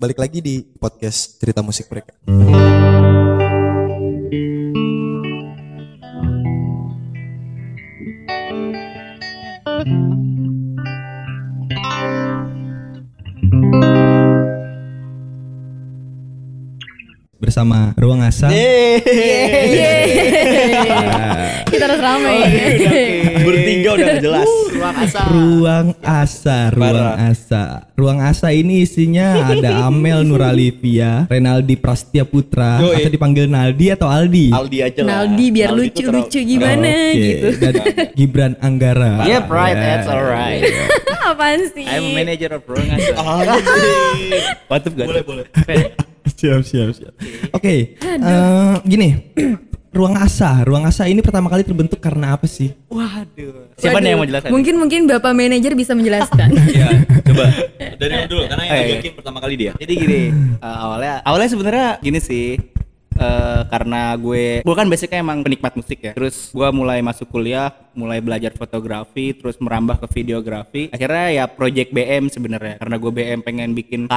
balik lagi di podcast cerita musik mereka. Bersama Ruang Asa. Kita harus ramai. Bertiga udah jelas. Ruang Asa ini isinya ada Amel Nuralivia, Renaldi Prastia Putra, atau dipanggil Naldi atau Aldi. Aldi aja lah. Naldi biar lucu-lucu gimana gitu. Dan Gibran Anggara. Yep, right, that's alright. Apaan sih? I'm a manager of Ruang Asa. Mantap gak? Boleh. Siap. Oke, gini. Ruang Asa ini pertama kali terbentuk karena apa sih? Waduh. Siapa nih yang mau jelasin? Mungkin Bapak manajer bisa menjelaskan. Iya, coba. Dari dulu karena yang ngajakin pertama kali dia. Jadi gini, awalnya sebenarnya gini sih. Karena gue kan basicnya emang penikmat musik ya. Terus gue mulai masuk kuliah, mulai belajar fotografi, terus merambah ke videografi. Akhirnya ya project BM sebenarnya. Karena gue BM pengen bikin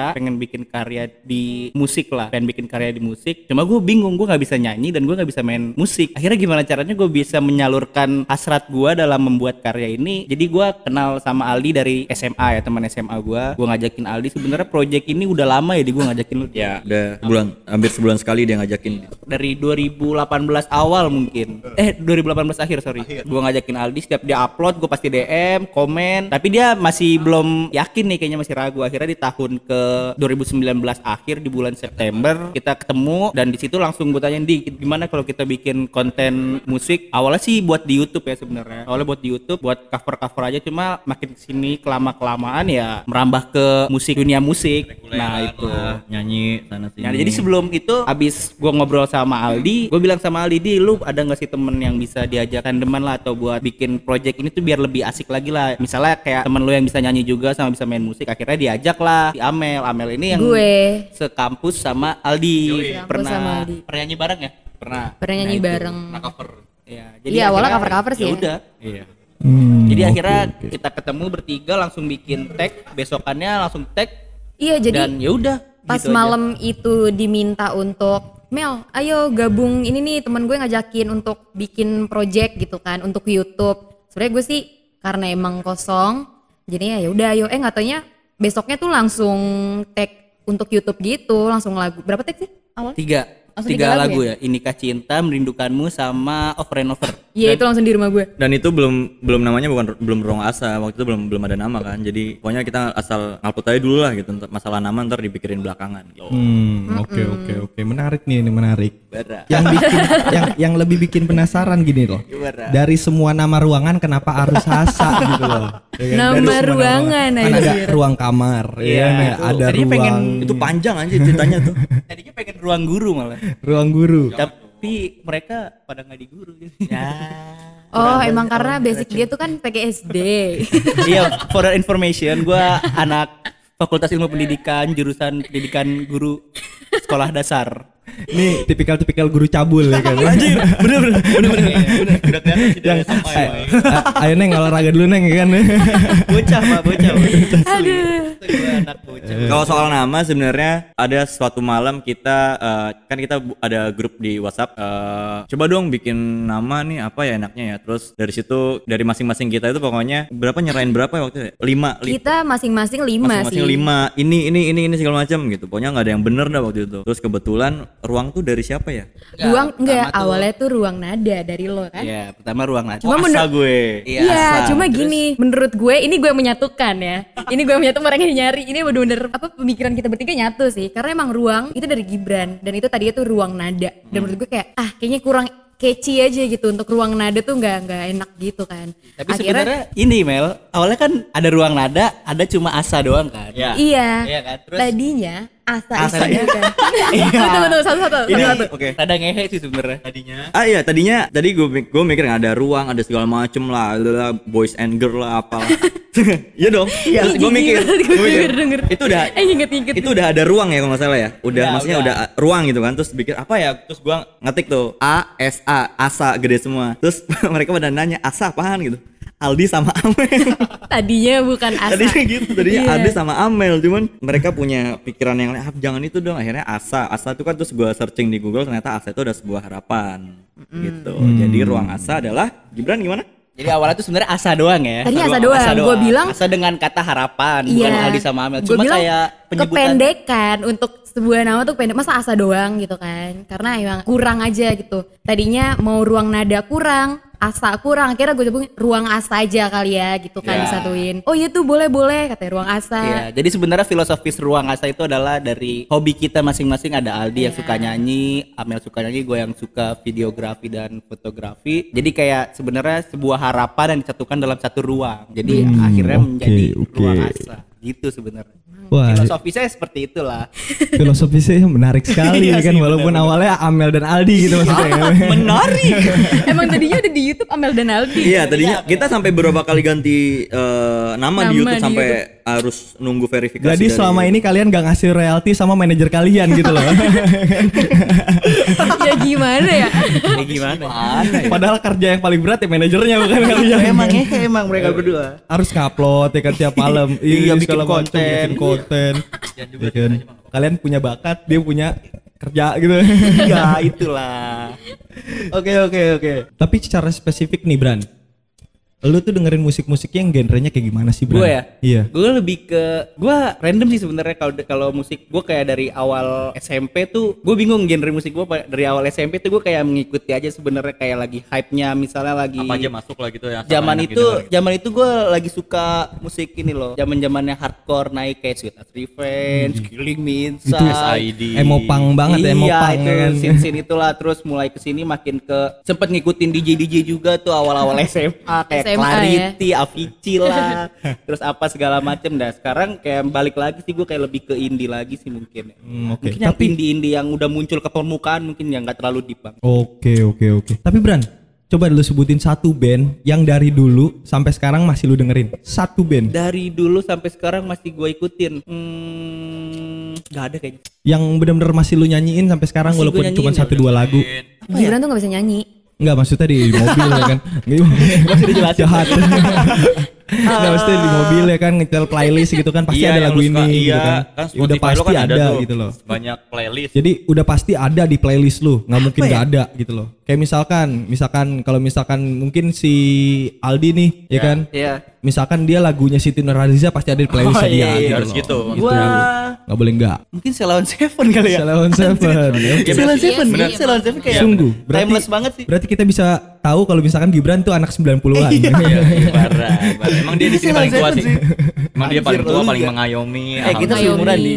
karya di musik lah, pengen bikin karya di musik. Cuma gue bingung, gue nggak bisa nyanyi dan gue nggak bisa main musik. Akhirnya gimana caranya gue bisa menyalurkan hasrat gue dalam membuat karya ini? Jadi gue kenal sama Aldi dari SMA ya, teman SMA gue. Gue ngajakin Aldi, sebenarnya project ini udah lama ya, gue ngajakin lu. Ya, udah hampir sebulan sekali dia ngajakin. Dari 2018 awal mungkin. 2018 akhir, sorry. Gue ngajakin Aldi, setiap dia upload gue pasti DM, komen. Tapi dia masih belum yakin nih, kayaknya masih ragu. Akhirnya di tahun ke 2019 akhir, di bulan September kita ketemu dan di situ langsung gue tanyain, Di, gimana kalau kita bikin konten musik? Awalnya sih buat di YouTube ya sebenarnya. Awalnya buat di YouTube, buat cover-cover aja, cuma makin kesini kelamaan ya merambah ke musik, dunia musik. Nah itu nyanyi sana sini. Nah, jadi sebelum itu abis gue ngobrol sama Aldi, gue bilang sama Aldi, Di, lu ada nggak sih temen yang bisa diajakkan teman lah atau buat bikin project ini tuh biar lebih asik lagi lah. Misalnya kayak temen lu yang bisa nyanyi juga sama bisa main musik. Akhirnya diajak lah si Amel ini yang Gue sekampus sama Aldi. Sama Aldi. Pernah nyanyi bareng ya? Pernah nyanyi itu, bareng. pernah cover. Ya, Iya, awalnya cover-cover sih ya. ya. Udah. Iya. Jadi akhirnya kita ketemu bertiga, langsung bikin tag, besokannya langsung tag. Iya, jadi Dan ya udah. pas gitu malam itu diminta untuk Mel, ayo gabung ini nih, teman gue ngajakin untuk bikin project gitu kan untuk YouTube. Sebenarnya gue sih karena emang kosong, jadinya ya udah ayo. Nggak taunya besoknya tuh langsung tag untuk YouTube gitu, langsung lagu. Berapa tag sih awal? Tiga lagu ya? Inikah Cinta, Merindukanmu, sama Over and Over. Iya, itu langsung di rumah gue. Dan itu belum namanya belum Ruang Asa. Waktu itu belum ada nama kan. Jadi pokoknya kita asal upload aja dulu lah gitu. Masalah nama ntar dipikirin belakangan gitu. Oke. Menarik nih, ini menarik. Bara. Yang lebih bikin penasaran gini loh. Gimana? Dari semua nama ruangan kenapa harus Asa gitu loh. Ya kan? Nama Dari semua ruangan kan ada anjir. ruang kamar, Iya, ya kan? itu. Ada Tadinya ruang Itu panjang aja ceritanya tuh. Tadinya pengen ruang guru malah. ruang guru. Tapi mereka pada nggak di guru gitu. Ya. Oh, emang karena basic dia tuh kan pakai SD. Iya, for your information, gue anak Fakultas Ilmu Pendidikan, jurusan Pendidikan Guru Sekolah Dasar. Nih tipikal guru cabul ya kan. Anjir, bener. Udah kelihatan sih dari sampai. Ayo Neng olahraga dulu Neng ya kan. Bocah. Aduh. Gue anak bocah. Kalau soal nama sebenarnya ada suatu malam kita kan kita ada grup di WhatsApp. Coba dong bikin nama nih apa ya enaknya ya. Terus dari situ dari masing-masing kita itu pokoknya nyerahin berapa ya waktu itu? 5. Kita masing-masing 5 sih. 5. Ini segala macam gitu. Pokoknya nggak ada yang bener dah waktu itu. Terus kebetulan ruang tuh dari siapa ya? Awalnya tuh ruang nada dari lo kan. Iya, pertama ruang nada. Cuma Asa gue. Iya, cuma gini, menurut gue ini gue menyatukan ya. Ini gue menyatu orang yang nyari. Ini bener-bener pemikiran kita bertiga nyatu sih. Karena emang ruang itu dari Gibran dan itu tadinya tuh ruang nada. Dan menurut gue kayak kayaknya kurang catchy aja gitu untuk ruang nada tuh nggak enak gitu kan. Tapi sebenarnya ini Mel, awalnya kan ada ruang nada, ada cuma Asa doang kan. Iya. Iya kan? Terus Tadinya Asa Asanya kan. Iya. Betul satu. Oke. Rada ngehe sih sebenarnya. Tadi gue mikir ada ruang, ada segala macem lah, ada boys and girl lah apalah. Iya dong. Terus gue mikir, denger. itu udah Inget. itu udah ada ruang ya kalau nggak salah ya. Maksudnya udah. udah ruang gitu kan. Terus pikir apa ya? Terus gue ngetik tuh Asa gede semua. Terus mereka pada nanya Asa apaan gitu. Aldi sama Amel. Tadinya bukan Asa. Tadinya gitu, tadinya Iya. Aldi sama Amel, cuman mereka punya pikiran yang lain, jangan itu dong. Akhirnya Asa itu kan, terus gua searching di Google, ternyata Asa itu ada sebuah harapan gitu. Jadi Ruang Asa adalah Gibran gimana? Jadi awalnya tuh sebenarnya Asa doang ya. Tadinya Asa doang. Gua bilang Asa dengan kata harapan, Iya. bukan Aldi sama Amel. Gua Cuma bilang kayak penyebutan. kependekan untuk sebuah nama tuh pendek. Masa Asa doang gitu kan? Karena emang kurang aja gitu. Tadinya mau ruang nada kurang, Asa kurang. Akhirnya gue coba ruang Asa aja kali ya gitu kan Ya. disatuin. Oh iya tuh boleh katanya ruang Asa. Iya, jadi sebenarnya filosofis Ruang Asa itu adalah dari hobi kita masing-masing. Ada Aldi yang suka nyanyi, Amel suka nyanyi, gue yang suka videografi dan fotografi. Jadi kayak sebenarnya sebuah harapan yang disatukan dalam satu ruang. Jadi akhirnya menjadi Ruang Asa. Gitu sebenarnya. Wah, Filosofisnya seperti itulah. filosofisnya menarik sekali Iya kan, sih, walaupun benar-benar. awalnya Amel dan Aldi gitu maksudnya. Menarik. Emang tadinya ada di YouTube Amel dan Aldi. Iya, tadinya kita sampai beberapa kali ganti nama di Nama YouTube di sampai harus nunggu verifikasi. Jadi selama ini kalian gak ngasih royalti sama manajer kalian gitu loh. Ya gimana ya? Kayak gimana? Padahal kerja yang paling berat ya manajernya bukan kalian. emang mereka berdua. Harus ngupload ya kan tiap malam. Iya, bikin segala macam, konten. bikin konten. Ya kan? Kalian punya bakat, dia punya kerja gitu. Iya, itulah. Oke. Tapi secara spesifik nih Bran, lu tuh dengerin musik-musik yang genrenya kayak gimana sih Bran? Gue ya? Iya. Gue lebih ke, gue random sih sebenarnya kalau musik. Gue kayak dari awal SMP tuh gue bingung genre musik gue. Dari awal SMP tuh gue kayak mengikuti aja sebenarnya, kayak lagi hype-nya, misalnya lagi apa aja masuk lah gitu ya. zaman itu gue lagi suka musik ini loh, zamannya hardcore naik kayak Sweet As Revenge, Killing Me Itu Inside, SID. emo punk banget ya, emo iya, punk itu ya kan. scene itulah. Terus mulai kesini makin ke sempet ngikutin DJ juga tuh awal-awal SMA kayak SMA Clarity, Avicii lah, terus apa segala macem. Dah sekarang kayak balik lagi sih gue kayak lebih ke indie lagi sih mungkin. Oke. Mungkin yang Tapi indie yang udah muncul ke permukaan mungkin yang nggak terlalu deep bang. Oke. Tapi Bran, coba lu sebutin satu band yang dari dulu sampai sekarang masih lu dengerin. Satu band Dari dulu sampai sekarang masih gue ikutin. Nggak ada kayaknya. yang benar-benar masih lu nyanyiin sampai sekarang Masih walaupun gua cuma nyanyiin, satu dua lagu. Gibran tuh gak bisa nyanyi. Enggak, maksudnya di mobil ya kan. Masih dijelasin. Jahat. Enggak, maksudnya di mobil ya kan ngetel playlist gitu kan pasti ada yang lagu lu suka, ini iya, gitu kan. kan Udah Spotify lu pasti kan ada tuh gitu loh. banyak playlist. Jadi udah pasti ada di playlist lu, nggak mungkin Apa ya? nggak ada gitu loh. Kayak misalkan kalau misalkan mungkin si Aldi nih, ya kan? Iya. Misalkan dia lagunya Siti Nurhaliza pasti ada di playlist Oh, dia iya, iya, harus loh. gitu. Gua Nggak boleh nggak. mungkin Ceylon Seven kali ya. Ceylon Seven. Oke. Ceylon Iya Seven, sih, bener. iya, Ceylon Seven kayak Sungguh. timeless banget sih. Berarti kita bisa tahu kalau misalkan Gibran tuh anak 90-an. Iya, parah. Emang dia di sini paling tua sih. Emang dia paling tua, Anjir, paling lu mengayomi. kita Ngayomi. seumuran di.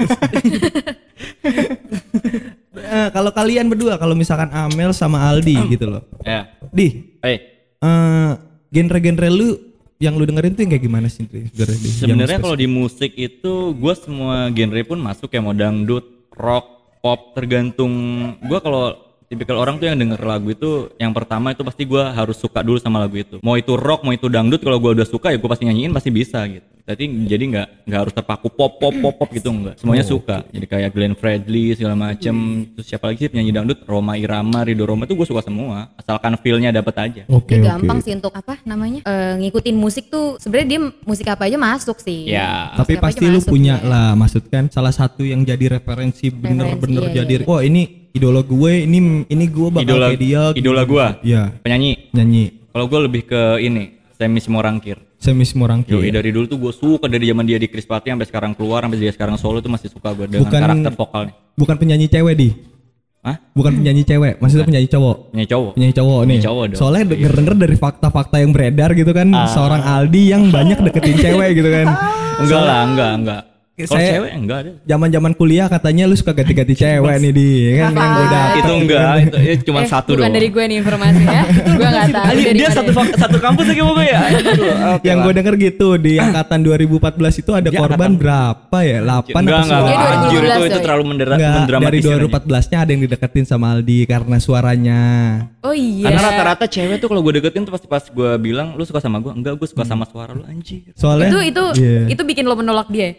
Kalau kalian berdua, kalau misalkan Amel sama Aldi gitu loh. Ya. Di genre-genre lu yang lu dengerin tuh yang kayak gimana sih? Sebenarnya kalau di musik itu gue semua genre pun masuk, kayak mau dangdut, rock, pop, tergantung gue. Kalau tipikal orang tuh yang denger lagu itu yang pertama itu pasti gue harus suka dulu sama lagu itu. Mau itu rock, mau itu dangdut, kalau gue udah suka ya gue pasti nyanyiin, pasti bisa gitu. Jadi nggak harus terpaku pop gitu, enggak. Semuanya suka. Jadi kayak Glenn Fredly segala macem. Terus siapa lagi sih penyanyi dangdut? Roma Irama, Ridho Roma itu gue suka semua. Asalkan feel-nya dapet aja. Oke, Dia gampang sih untuk apa namanya? Ngikutin musik tuh sebenarnya dia musik apa aja masuk sih. Ya. Tapi Musik apa pasti aja lu masuk punya dia. lah, maksud kan salah satu yang jadi referensi bener-bener iya, jadi iya. wah ini idola gue, ini gue bakal kayak dia. Idola gue. Iya, Penyanyi. nyanyi Kalau gue lebih ke ini, Semi Simorangkir. Semi Simorangkir. Yoi, dari dulu tuh gue suka, dari zaman dia di Krispati sampai sekarang keluar, sampai dia sekarang solo tuh masih suka gue dengan karakter vokalnya. Bukan penyanyi cewek di. Hah? Bukan penyanyi cewek, maksudnya penyanyi cowok. Penyanyi cowok. Penyanyi cowok nih. Penyanyi cowok dong. Soalnya denger dari fakta-fakta yang beredar gitu kan, seorang Aldi yang banyak deketin cewek gitu kan. Enggak lah, enggak. Kalau Saya- cewek enggak ada. Zaman-zaman kuliah katanya lu suka ganti-ganti cewek nih di kan yang gue dapet. Itu enggak, itu cuma satu Bukan doang. dari gue nih informasinya. Gue nggak tahu dari Dia mana. satu kampus lagi sama gue ya. Yang gue denger gitu di angkatan 2014 itu ada Dia korban angkatan- berapa ya? 8 Enggak, apa Dia 2015 anjir itu coy. terlalu Enggak, dari mendramatisir. 2014-nya ada yang dideketin sama Aldi karena suaranya. Oh iya. Karena rata-rata cewek tuh kalau gue deketin tuh pasti pas gue bilang lu suka sama gue, enggak, gue suka sama suara lu, anjir. Soalnya itu iya. itu bikin lo menolak dia. Terus- Ini kok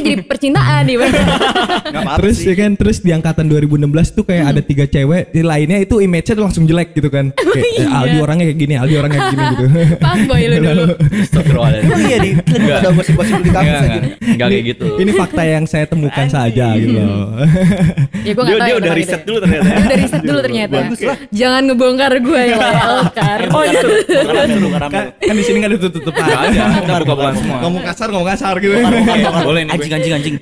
jadi percintaan nih. Terus ya kan, terus di angkatan 2016 tuh kayak ada 3 cewek, di lainnya itu image-nya tuh langsung jelek gitu kan. Kayak Aldi orangnya kayak gini, Aldi orangnya kayak gini gitu. Fuckboy lu dulu. Astagfirullahaladzim. Oh iya ada gosip-gosip di kampus aja. Enggak kayak gitu. Ini fakta yang saya temukan saja gitu loh. Ya gue gak tahu. Dia udah riset dulu ternyata. Udah riset dulu ternyata. Jangan ngebongkar gue ya, Elkar. Oh itu. Kan di sini nggak ada tutup-tutupan. Enggak ada. Kita buka-bukaan semua. Ngomong kasar gitu. Boleh nih. Anjing.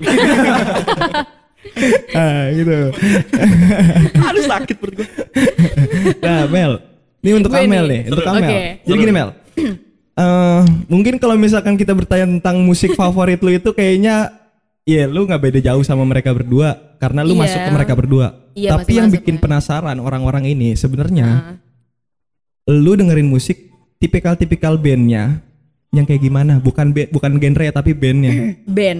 Gitu. Aduh sakit perut gue. Nah, Mel. Ini untuk Gue Amel nih. nih, untuk Amel. Oke. Jadi gini, Mel. Mungkin kalau misalkan kita bertanya tentang musik favorit lu itu kayaknya ya lu nggak beda jauh sama mereka berdua karena lu Iya. masuk ke mereka berdua. Iya, Tapi masih yang masuk bikin ya. penasaran orang-orang ini sebenarnya lu dengerin musik tipikal bandnya yang kayak gimana? Bukan genre ya tapi bandnya.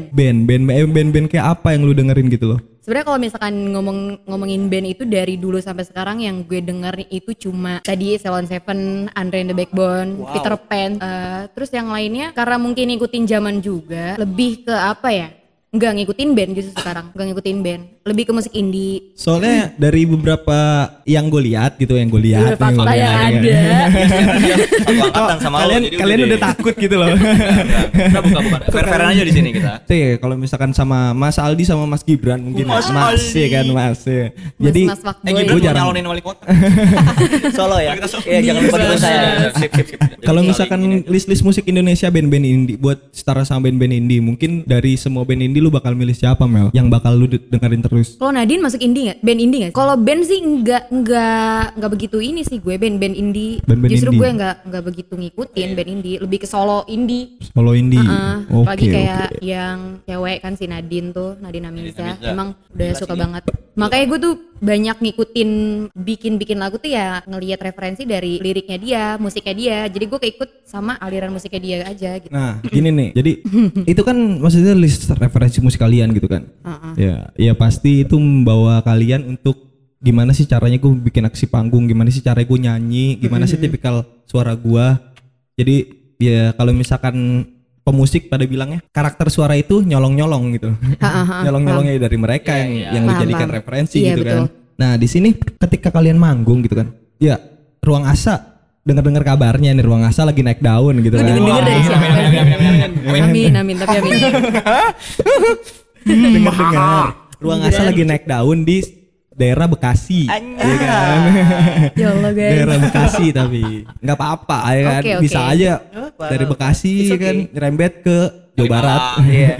Band kayak apa yang lu dengerin gitu loh? Sebenarnya kalau misalkan ngomongin band itu dari dulu sampai sekarang yang gue denger itu cuma tadi Ceylon Seven, Andre and the Backbone, Peter Pan, terus yang lainnya karena mungkin ngikutin zaman juga lebih ke apa ya? Nggak ngikutin band gitu sekarang, nggak ngikutin band, lebih ke musik indie. Soalnya dari beberapa yang gue lihat gitu, yang gue lihat, Fakta yang ada. Satu angkatan sama lo. kalian udah takut gitu loh. Kita buka-buka. Fair-fairan aja di sini kita. Tuh ya, kalau misalkan sama Mas Aldi sama Mas Gibran mungkin masih kan masih. Jadi Mas fuckboy. gue jarang. nyalonin wali kota. Solo ya. Iya jangan lupa dulu saya. Sip. Kalau misalkan list musik Indonesia band-band indie buat setara sama band-band indie, mungkin dari semua band indie lu bakal milih siapa, Mel? Yang bakal lu dengerin terus? Kalau Nadine masuk indie nggak? Band indie nggak? Kalau band sih nggak begitu ini sih gue band indie. Band-band Justru indie. gue nggak begitu ngikutin band indie, lebih ke solo indie. Solo indie. Apalagi Oke, kayak oke. yang cewek kan si Nadine tuh, Nadine Amiza. Emang udah suka banget. Makanya gue tuh banyak ngikutin bikin lagu tuh ya ngelihat referensi dari liriknya dia, musiknya dia. Jadi gue keikut sama aliran musiknya dia aja gitu. Nah, gini nih. Jadi itu kan maksudnya list referensi musik kalian gitu kan. Ya pasti itu membawa kalian untuk gimana sih caranya gue bikin aksi panggung, gimana sih caranya gue nyanyi, gimana sih tipikal suara gua. Jadi ya kalau misalkan pemusik pada bilangnya karakter suara itu nyolong-nyolong gitu. Nyolong-nyolongnya dari mereka yang Paham, dijadikan paham. referensi Iya, gitu kan. betul. Nah, di sini ketika kalian manggung gitu kan. Ya, Ruang Asa dengar-dengar kabarnya nih Ruang Asa lagi naik daun gitu kan. Denger dari siapa? Amin, tapi amin. Dengar-dengar Ruang Asa lagi naik daun di daerah Bekasi. Iya kan? Ya Allah guys. Daerah Bekasi tapi nggak apa-apa ya kan. Oke. Bisa aja dari Bekasi kan nyerembet ke Jawa Barat. Iya.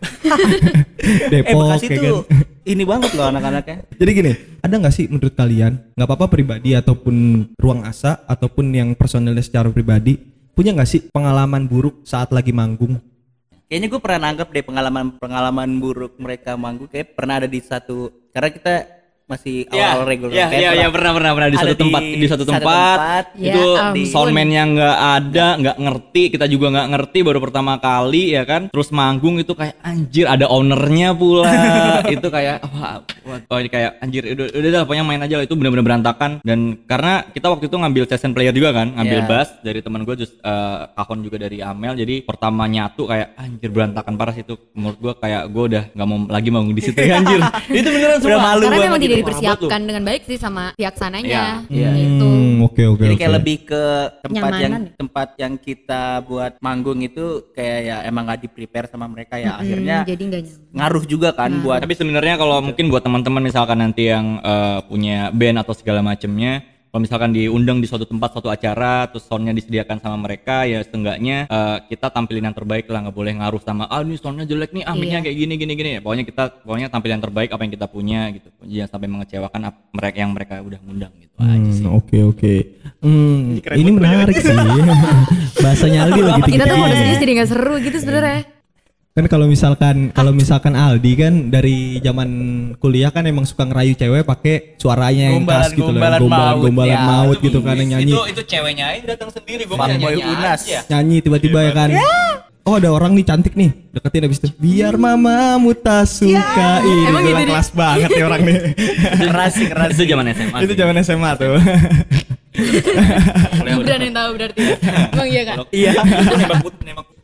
Depok Bekasi kayak tuh kan. ini banget loh anak-anaknya. Jadi gini, ada nggak sih menurut kalian, nggak apa-apa pribadi ataupun Ruang Asa ataupun yang personilnya secara pribadi, punya nggak sih pengalaman buruk saat lagi manggung? Kayaknya gue pernah nanggep deh pengalaman buruk mereka manggung, kayak pernah ada di satu, karena kita masih awal regular. Iya, pernah di satu tempat Ya itu ampun. soundman-nya nggak ada, nggak ngerti, kita juga nggak ngerti, baru pertama kali ya kan, terus manggung itu kayak anjir ada ownernya pula. Itu kayak ini kayak anjir udah pokoknya main aja lah, itu bener-bener berantakan. Dan karena kita waktu itu ngambil session player juga kan, ngambil bass dari teman gue, kahon juga dari Amel, jadi pertama nyatu kayak anjir berantakan parah sih. Itu menurut gue kayak gue udah nggak mau lagi manggung di situ ya, anjir. Itu beneran Udah malu Karena banget memang gitu. tidak dipersiapkan dengan baik sih sama pihak sananya. Iya. Gitu. Oke. Jadi kayak lebih ke Nyamanan. tempat yang kita buat manggung itu kayak ya emang nggak di prepare sama mereka ya, akhirnya Jadi nggak nyaman. ngaruh juga kan buat. Tapi sebenarnya kalau mungkin buat teman-teman misalkan nanti yang punya band atau segala macemnya, kalau misalkan diundang di suatu tempat, suatu acara, terus soundnya disediakan sama mereka, ya setengahnya kita tampilin yang terbaik lah, nggak boleh ngaruh sama ini soundnya jelek nih, mic-nya kayak gini ya. Pokoknya tampilin yang terbaik apa yang kita punya gitu. Jangan sampai mengecewakan mereka yang mereka udah ngundang gitu aja sih. Oke. Ini menarik sih. Bahasanya Aldi lagi Kita tuh kalau udah tinggi. serius jadi nggak seru gitu sebenarnya. Kan kalau misalkan Aldi kan dari zaman kuliah kan emang suka ngerayu cewek pakai suaranya yang khas gitu loh, gombalan maut gitu kan yang nyanyi. Itu ceweknya aja datang sendiri, gue Fanboy Unas. Nyanyi tiba-tiba ya kan. Oh ada orang nih cantik nih, deketin abis itu. Biar mamamu tak suka ini. Emang Gila, gitu kelas banget ya orang nih. keras Itu zaman SMA. Itu zaman SMA tuh. Gibran yang tahu berarti. Emang iya kan? Iya. Nembak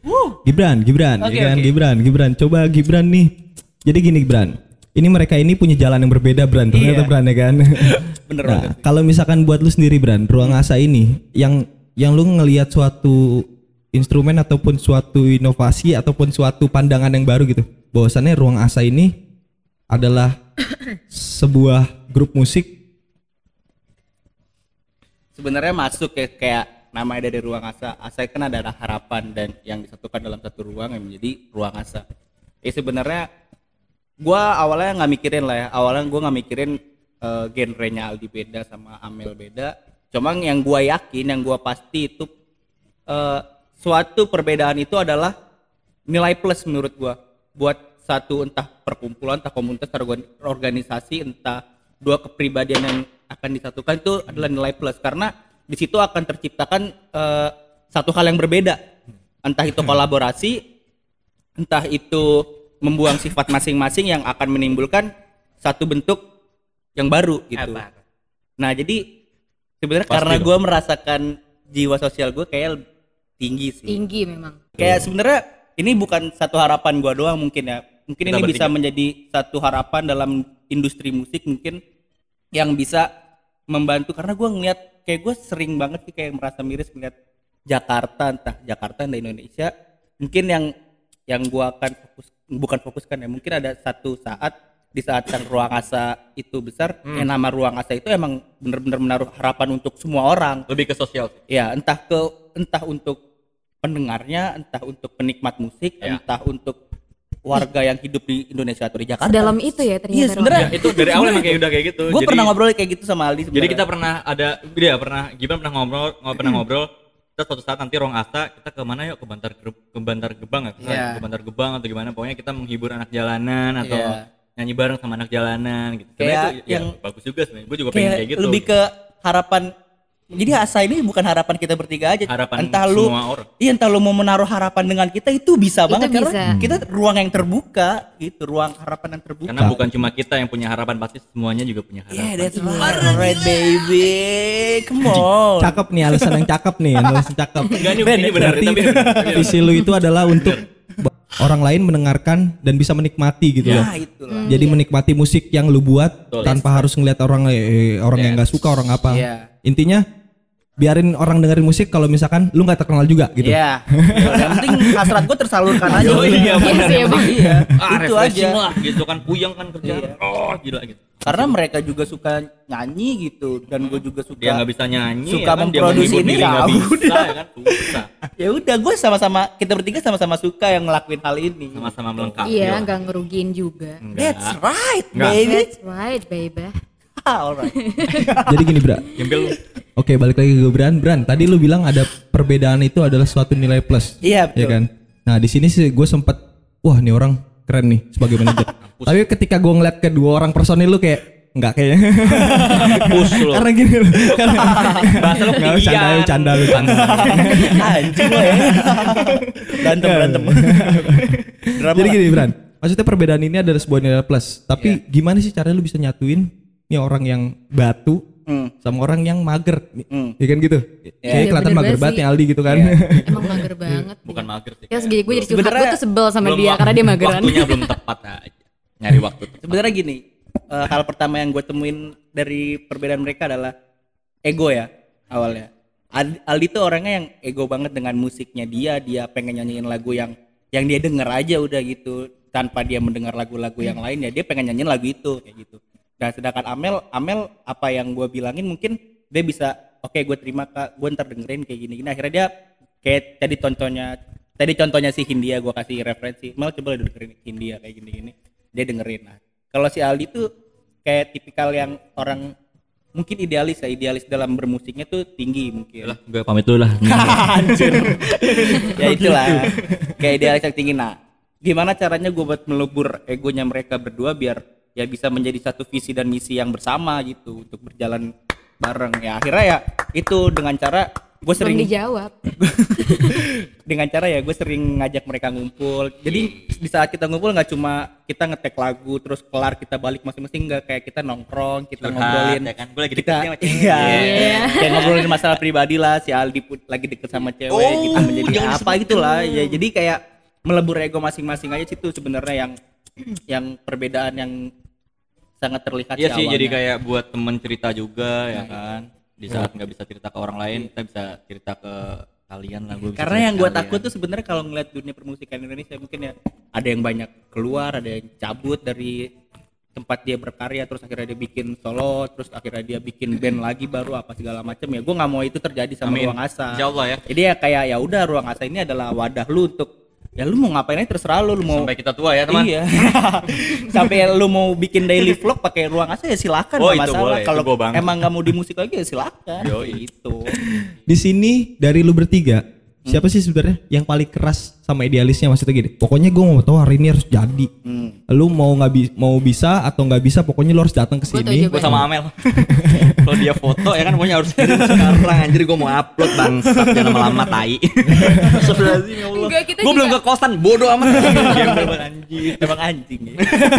Gibran, Oke, ya kan? oke. Gibran. Coba Gibran nih. Jadi gini Gibran. Ini mereka ini punya jalan yang berbeda Bran, ternyata Iya. Bran ya kan. Bener Nah, banget. kalau misalkan buat lu sendiri Bran, ruang asa ini yang lu ngelihat suatu instrumen ataupun suatu inovasi ataupun suatu pandangan yang baru gitu. Bahwasannya ruang asa ini adalah sebuah grup musik. Sebenarnya masuk ya, kayak namanya dari ruang asa. Asa kan ada harapan dan yang disatukan dalam satu ruang yang menjadi ruang asa. Sebenarnya gua awalnya nggak mikirin lah ya. Awalnya gua nggak mikirin genrenya Aldi beda sama Amel beda. Cuman yang gua yakin, yang gua pasti itu suatu perbedaan itu adalah nilai plus menurut gua buat satu entah perkumpulan, entah komunitas, entah organisasi, entah dua kepribadian yang akan disatukan itu adalah nilai plus karena di situ akan terciptakan satu hal yang berbeda, entah itu kolaborasi, entah itu membuang sifat masing-masing yang akan menimbulkan satu bentuk yang baru gitu. Nah jadi sebenarnya karena gue merasakan jiwa sosial gue kayak tinggi sih. Tinggi memang. Kayak sebenarnya ini bukan satu harapan gue doang mungkin ya. Mungkin Kita ini bisa bertiga. menjadi satu harapan dalam industri musik mungkin yang bisa membantu karena gue ngeliat kayak gue sering banget sih kayak merasa miris ngeliat Jakarta entah Indonesia mungkin yang gue akan fokuskan ya mungkin ada satu saat di saat yang ruang asa itu besar yang nama ruang asa itu emang bener-bener menaruh harapan untuk semua orang Lebih ke sosial. ya entah untuk pendengarnya entah untuk penikmat musik Ya. entah untuk warga yang hidup di Indonesia atau di Jakarta. Sedalam itu ya ternyata. Iya sebenarnya Ya, itu dari awal emang kayak udah kayak gitu. gue Jadi- pernah ngobrol kayak gitu sama Aldi Jadi sebenarnya. kita pernah ada, Gibran pernah ngobrol. Kita suatu saat nanti ruang asa kita ke mana yuk, ke Bantar Gebang ya, Iya. ke Bantar Gebang atau gimana, pokoknya kita menghibur anak jalanan atau Iya. nyanyi bareng sama anak jalanan gitu. Kayak Sebenarnya itu yang- ya, bagus juga sebenarnya. Gue juga pengen kayak kayak gitu. lebih ke harapan. Jadi asa ini bukan harapan kita bertiga aja. Harapan entah lu, semua orang. iya entah lu mau menaruh harapan dengan kita itu bisa Itu banget bisa. karena kita ruang yang terbuka gitu, ruang harapan yang terbuka. Karena bukan cuma kita yang punya harapan, pasti semuanya juga punya harapan. Yeah, that's right, baby. Come on. Cakep nih alasan yang cakep nih, alasan cakep. Enggak nih, Ben, ini benar, Berarti tapi benar. visi lu itu adalah untuk orang lain mendengarkan dan bisa menikmati gitu loh. Ya itulah. Jadi menikmati musik yang lu buat Betul. tanpa harus ngeliat orang yang nggak suka orang apa. Iya. Intinya biarin orang dengerin musik kalau misalkan lu nggak terkenal juga gitu. Iya. Yang penting hasrat gue tersalurkan aja. Oh, iya, benar. Iya, Bang. Iya. Ah, Itu refreshing aja. lah gitu kan, puyeng kan kerjaan. Iya. Oh, gila gitu. Karena mereka juga suka nyanyi gitu dan gue juga suka. Dia nggak bisa nyanyi, Suka ya kan? Dia memproduksi menghibur ini, diri ya nggak bisa, udah. ya kan? Susah. Ya udah gue kita bertiga sama-sama suka yang ngelakuin hal ini. Sama-sama melengkapi. Iya, lah. nggak ngerugiin juga. Enggak. That's right, Enggak. baby. That's right, baby. Alright. Jadi gini Bra. Gembel lu. Oke, balik lagi ke Bran. Tadi lu bilang ada perbedaan itu adalah suatu nilai plus. Iya betul. Ya kan? Nah, di sini sih gue sempet wah, nih orang keren nih sebagai manajer. Tapi ketika gue ngeliat kedua orang personil lu kayak enggak kayaknya. Push lu. Karena gini loh. Karena Bahasa lu Nggak, ketinggian. canda lu. Anjing lo ya. Berantem. Drama. Jadi gini Bran, maksudnya perbedaan ini adalah sebuah nilai plus. Tapi gimana sih caranya lu bisa nyatuin nih orang yang batu sama orang yang mager? Ya kan gitu. Kayak Iya, kelihatan bener mager banget banget sih. ya Aldi gitu kan. Emang mager banget. Bukan dia. mager sih. Ya segini gue jadi curhat, Sebenarnya gue tuh sebel sama Belum dia waktu- karena dia mageran. Waktunya belum tepat aja. Nyari waktu tepat. Sebenarnya gini, hal pertama yang gue temuin dari perbedaan mereka adalah ego ya awalnya. Aldi tuh orangnya yang ego banget dengan musiknya dia pengen nyanyiin lagu yang dia denger aja udah gitu tanpa dia mendengar lagu-lagu yang lain ya dia pengen nyanyiin lagu itu kayak gitu. Dan sedangkan Amel apa yang gue bilangin mungkin dia bisa oke gue terima kak gue ntar dengerin kayak gini akhirnya dia kayak tadi contohnya si Hindia gue kasih referensi Mel coba lu dengerin Hindia kayak gini dia dengerin. Nah kalau si Aldi tuh kayak tipikal yang orang mungkin idealis dalam bermusiknya tuh tinggi mungkin. Lah, gue pamit dulu lah. Anjir. Ya itulah. Kayak idealis yang tinggi. Nah, gimana caranya gue buat melebur egonya mereka berdua biar ya bisa menjadi satu visi dan misi yang bersama gitu untuk berjalan bareng. Ya akhirnya ya itu dengan cara gue sering Belum dijawab. dengan cara ya gue sering ngajak mereka ngumpul. Jadi di saat kita ngumpul nggak cuma kita ngetek lagu terus kelar kita balik masing-masing, nggak kayak kita nongkrong, kita Curhat, ngobrolin. ya kan? Gue lagi Kita deket sama cewek. iya. Iya. Kayak ngobrolin masalah pribadi lah, si Aldi lagi deket sama cewek gitu menjadi apa gitulah. Ya jadi kayak melebur ego masing-masing aja situ sebenarnya yang perbedaan yang sangat terlihat Iya sih, awalnya. jadi kayak buat temen cerita juga ya kan. Di saat nggak bisa cerita ke orang lain, kita bisa cerita ke kalian lah. Karena yang gue takut tuh sebenarnya kalau ngeliat dunia permusikan Indonesia mungkin ya ada yang banyak keluar, ada yang cabut dari tempat dia berkarya, terus akhirnya dia bikin solo, terus akhirnya dia bikin band lagi baru apa segala macam ya. Gue nggak mau itu terjadi sama Amin. Ruang Asa. Insya Allah ya. Jadi ya kayak ya udah Ruang Asa ini adalah wadah lu untuk ya lu mau ngapain aja terserah lu mau Sampai kita tua ya teman. Iya. Sampai lu mau bikin daily vlog pakai Ruang Asa ya silakan, Oh, nggak itu masalah. boleh, itu Kalau gua banget. emang nggak mau di musik lagi ya silakan. Gitu. Di sini dari lu bertiga, siapa sih sebenarnya yang paling keras sama idealisnya, maksudnya gini? Pokoknya gue mau tahu hari ini harus jadi. Lu mau mau bisa atau nggak bisa, pokoknya lu harus datang ke Gua tahu sini. jawabannya. Gue sama Amel. Kalau dia foto ya kan pokoknya harus kirim sekarang, anjir gue mau upload bangsat, jangan lama-lama tai. Astagfirullahaladzim ya Allah. Enggak, kita Gue belum juga- ke kosan, bodoh amat. Gembel banget, anjir. Emang anjing ya.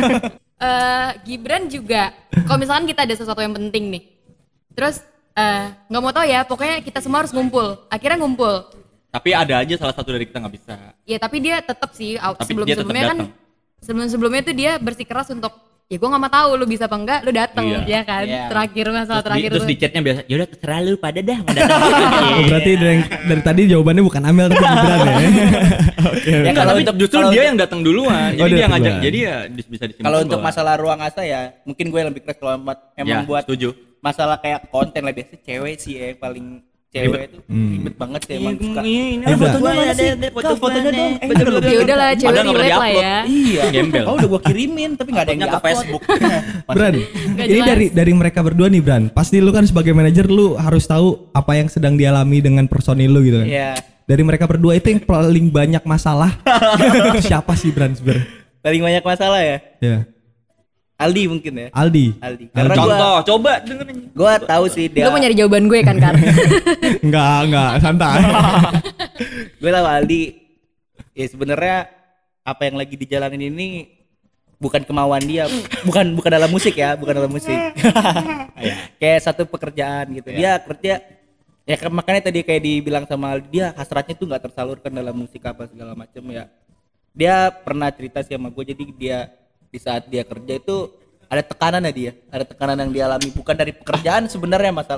Gibran juga kalau misalkan kita ada sesuatu yang penting nih, terus nggak mau tahu ya, pokoknya kita semua harus ngumpul. Akhirnya ngumpul. Tapi ada aja salah satu dari kita nggak bisa. Ya tapi dia tetap sih Tapi sebelum-sebelumnya dia kan tetap sebelumnya tuh dia bersikeras untuk ya gue nggak mau tahu lu bisa apa enggak, lu datang Iya. ya kan. Iya. Terakhir masalah terakhir Terus tuh. di chatnya biasa, yaudah terserah lu pada dah mau datang. Oh, berarti dari tadi jawabannya bukan Amel tapi Gibran ya. Oke. Ya, Enggak, kalau tapi untuk- justru kalau dia untuk- yang datang duluan. Oh, Jadi dia dia ngajak, duluan. jadi ya bisa disimpan. Kalau untuk masalah Ruang Asa ya, mungkin gue yang lebih keras kalau emang Ya, buat setuju. masalah kayak konten lah, biasanya cewek sih ya yang paling cewek itu ribet banget sih emang suka. Bra. Fotonya mana sih? Kak, fotonya dong. Ini udah Ya udahlah, cewek Padahal nggak pernah relate lah di-upload. ya. Iya. Itu gembel. Oh udah gue kirimin tapi nggak ada yang Uploadnya ke di-upload. Facebook. Bran, Nggak ini jelas. dari mereka berdua nih Bran. Pasti lu kan sebagai manajer lu harus tahu apa yang sedang dialami dengan personil lu gitu kan. Iya. Dari mereka berdua itu yang paling banyak masalah. Siapa sih Bran sebenarnya? Paling banyak masalah ya. Ya. Aldi mungkin ya. Aldi. Karena Contoh, coba dengerin. gue tahu sih dia. Lu mau nyari jawaban gue kan Kar? Enggak, santai. Gue tahu Aldi. Ya sebenarnya apa yang lagi dijalanin ini bukan kemauan dia, bukan dalam musik ya, bukan dalam musik. Kayak satu pekerjaan gitu. Dia kerja ya makanya tadi kayak dibilang sama Aldi, dia hasratnya tuh nggak tersalurkan dalam musik apa segala macam ya. Dia pernah cerita sih sama gue, jadi dia di saat dia kerja itu ada tekanan ya dia, ada tekanan yang dialami bukan dari pekerjaan sebenarnya, masalah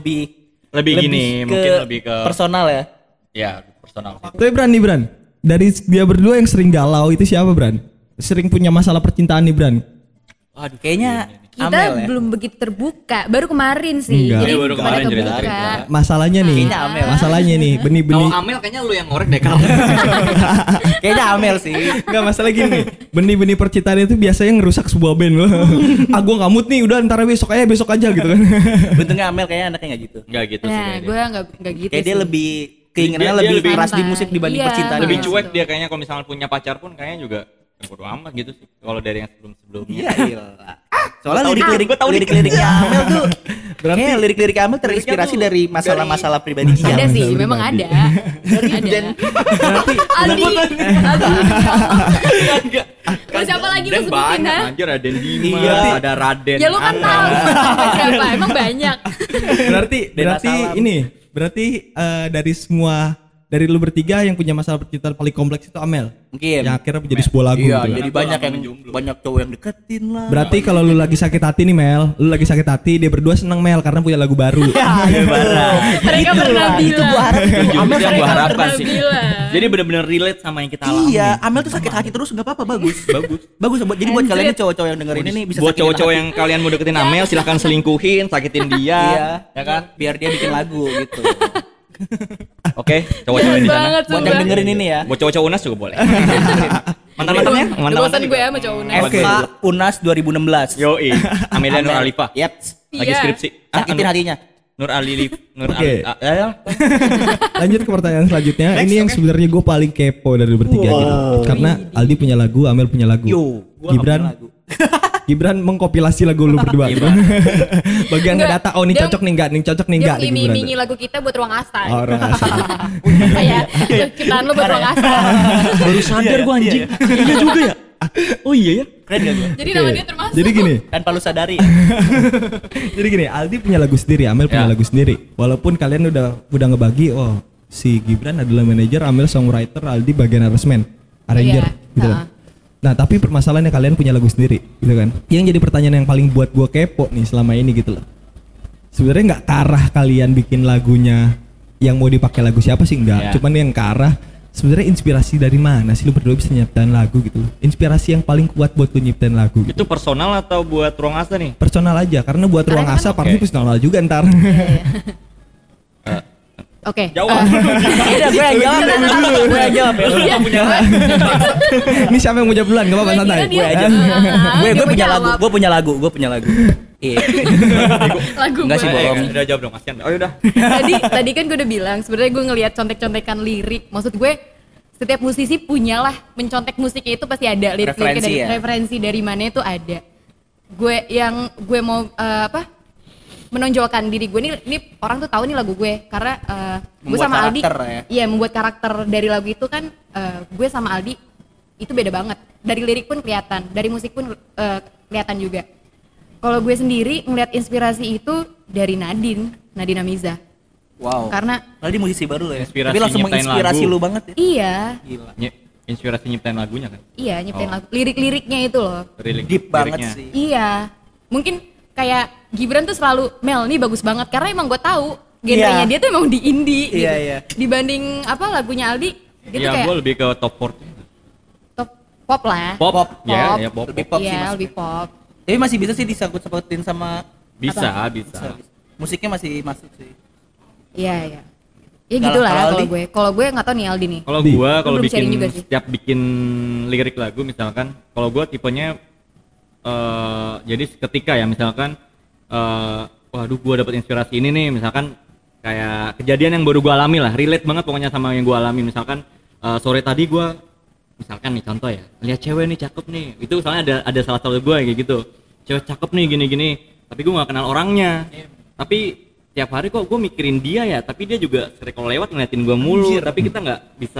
Lebih gini, mungkin lebih ke personal ya. ya personal sih. Tapi Bran nih Bran, dari dia berdua yang sering galau itu siapa Bran? Sering punya masalah percintaan nih Bran? Waduh, Kayaknya Kita Amel ya. belum begitu terbuka, baru kemarin sih. Enggak. Jadi Iya, baru pada kemarin kebuka. cerita. Masalahnya nih, Kayaknya Amel. masalahnya nih, Kalau benih-benih. Amel kayaknya lu yang ngorek deh kalau. Kayaknya Amel sih. Enggak, masalah gini, benih-benih percintaan itu biasanya ngerusak sebuah band loh. Gue nggak mood nih, udah ntar besok aja gitu kan. Bentuknya Amel kayaknya anaknya nggak gitu. Enggak gitu sih Nah, kayaknya. gue nggak gitu Kayak dia sih. lebih keinginannya Dia lebih lebih keras di santai. musik dibanding Iya. percintaan. Lebih Nah, cuek gitu. dia kayaknya kalau misalnya punya pacar pun kayaknya juga ya bodo amat gitu sih. Kalau dari yang sebelum-sebelumnya. Iya, gila. Soalnya Gua tahu dikit. lirik-liriknya Amel tuh kayak lirik-lirik Amel terinspirasi tuh dari masalah-masalah pribadi dia. Ada sih, Bisa memang pribadi. ada. Ada. Aldi. Enggak. Terus siapa lagi lu Dan sebutin, banyak ha? anjir, ada Dimas, Iya. ada Raden. Ya lu kan Ana. tahu siapa, emang banyak. berarti Dena Salam. ini, berarti dari semua dari lu bertiga yang punya masalah percintaan paling kompleks itu Amel. Mungkin. Yang akhirnya menjadi sebuah lagu. Iya, gitu. jadi banyak yang banyak cowok yang deketin lah. Berarti kalau lu lagi sakit hati nih Mel, lu lagi sakit hati, dia berdua seneng Mel karena punya lagu baru. Iya, barang. Mereka pernah Itu gua bilang. harap itu. Jujur Amel yang sakit gua hati harapkan terus. sih. bilang. Jadi benar-benar relate sama yang kita alami. Iya, Amel tuh sakit hati terus nggak apa-apa, bagus. Bagus. Jadi buat kalian nih cowok-cowok yang dengerin ini bisa Buat sakitin cowok-cowok hati. yang kalian mau deketin Amel silahkan selingkuhin, sakitin dia, Iya, ya kan? biar dia bikin lagu gitu. Oke, cowok-cowok di sana. Banget Buat yang dengerin ini ya. Buat cowok-cowok Unas juga boleh. Mantan-mantannya? Udah bosan gue sama cowok Unas. FK Unas 2016. Yoi, Amelia Nur Alifah. Yaps. Lagi Iya. skripsi. Sakitin hatinya. Nur Alif, Nur Oke. Ali. Lanjut ke pertanyaan selanjutnya. Ini yang sebenarnya gue paling kepo dari lu bertiga gitu. Karena Aldi punya lagu, Amel punya lagu. Yo, gua nggak Gibran, punya lagu. Gibran mengkompilasi lagu lu berdua gitu. Bagian Enggak, ngedata, oh ini dia- cocok nih enggak, nih cocok nih Dia enggak di Gibran. ngiming-imingi lagu kita buat ruang asa. Oh, orang asli. Kayak ciptaan lu buat ruang asa. Baru sadar gua anjing. Iya juga ya. Oh iya ya. Keren gak gue? Jadi nama dia termasuk. Jadi gini, Tanpa lu sadari. jadi gini, Aldi punya lagu sendiri, Amel punya Ya. lagu sendiri. Walaupun kalian udah ngebagi, oh si Gibran adalah manajer, Amel songwriter, Aldi bagian arrangement, arranger, Iya, gitu kan. Nah tapi permasalahannya kalian punya lagu sendiri, gitu kan. Yang jadi pertanyaan yang paling buat gue kepo nih selama ini gitu loh. Sebenarnya nggak ke arah kalian bikin lagunya yang mau dipakai lagu siapa sih enggak, Ya. cuman yang ke arah sebenarnya inspirasi dari mana sih lu berdua bisa nyiptain lagu gitu loh. Inspirasi yang paling kuat buat lu nyiptain lagu gitu. Itu personal atau buat ruang asa nih? Personal aja, karena buat ruang Karena asa kan- pasti personal juga ntar. Oke. Jawab. Iya, gue yang jawab. Gue yang jawab ya. Iya, Ini siapa yang mau jawab duluan? Gak apa-apa, santai. Gue aja. Gue punya lagu, gue punya lagu. Iya. Lagu Enggak sih, gue. bohong. Udah jawab dong, kasihan. Oh udah. Tadi kan gue udah bilang sebenarnya gue ngelihat contek-contekan lirik. Maksud gue setiap musisi punyalah mencontek musiknya itu pasti ada lirik-liriknya Referensi dari ya? referensi dari mana itu ada. Gue mau menonjolkan diri gue ini orang tuh tahu nih lagu gue karena gue Membuat sama Aldi karakter ya? iya membuat karakter dari lagu itu kan gue sama Aldi itu beda banget, dari lirik pun kelihatan, dari musik pun kelihatan juga. Kalau gue sendiri ngeliat inspirasi itu dari Nadine Amiza. Wow. Karena Tadi musisi baru lo ya. Inspirasi Tapi langsung nyiptain menginspirasi lagu. lu banget ya. iya Gila. Inspirasi nyiptain lagunya kan? nyiptain Oh. lagu, lirik-liriknya itu loh. Deep banget liriknya. sih. Iya, mungkin kayak Gibran tuh selalu Mel nih bagus banget karena emang gue tahu genrenya Iya. dia tuh emang di indie Iya, gitu. iya. Dibanding apa lagunya Aldi gitu Iya, kayak gue lebih ke top 40. top pop lah. Pop. Pop. Ya, ya pop. Lebih pop sih Iya, masuknya. lebih pop. Tapi masih bisa sih disangkut-sangkutin sama Bisa. musiknya masih masuk sih. Iya, iya. Ya Kalau- gitulah kalau kalau Aldi? gue. Kalau gue nggak tahu nih Aldi nih. Kalau Di. gua kalau Belum bikin sharing juga sih. setiap bikin lirik lagu misalkan, kalau gua tipenya jadi ketika ya misalkan waduh gua dapat inspirasi ini nih, misalkan kayak kejadian yang baru gua alami lah, relate banget pokoknya sama yang gua alami. Misalkan sore tadi gua misalkan nih contoh ya, lihat cewek nih cakep nih. Itu misalnya ada salah satu gua kayak gitu. Cewek cakep nih gini-gini, tapi gua nggak kenal orangnya. Tapi tiap hari kok gue mikirin dia ya, tapi dia juga sering kalau lewat ngeliatin gue mulu. Tapi kita nggak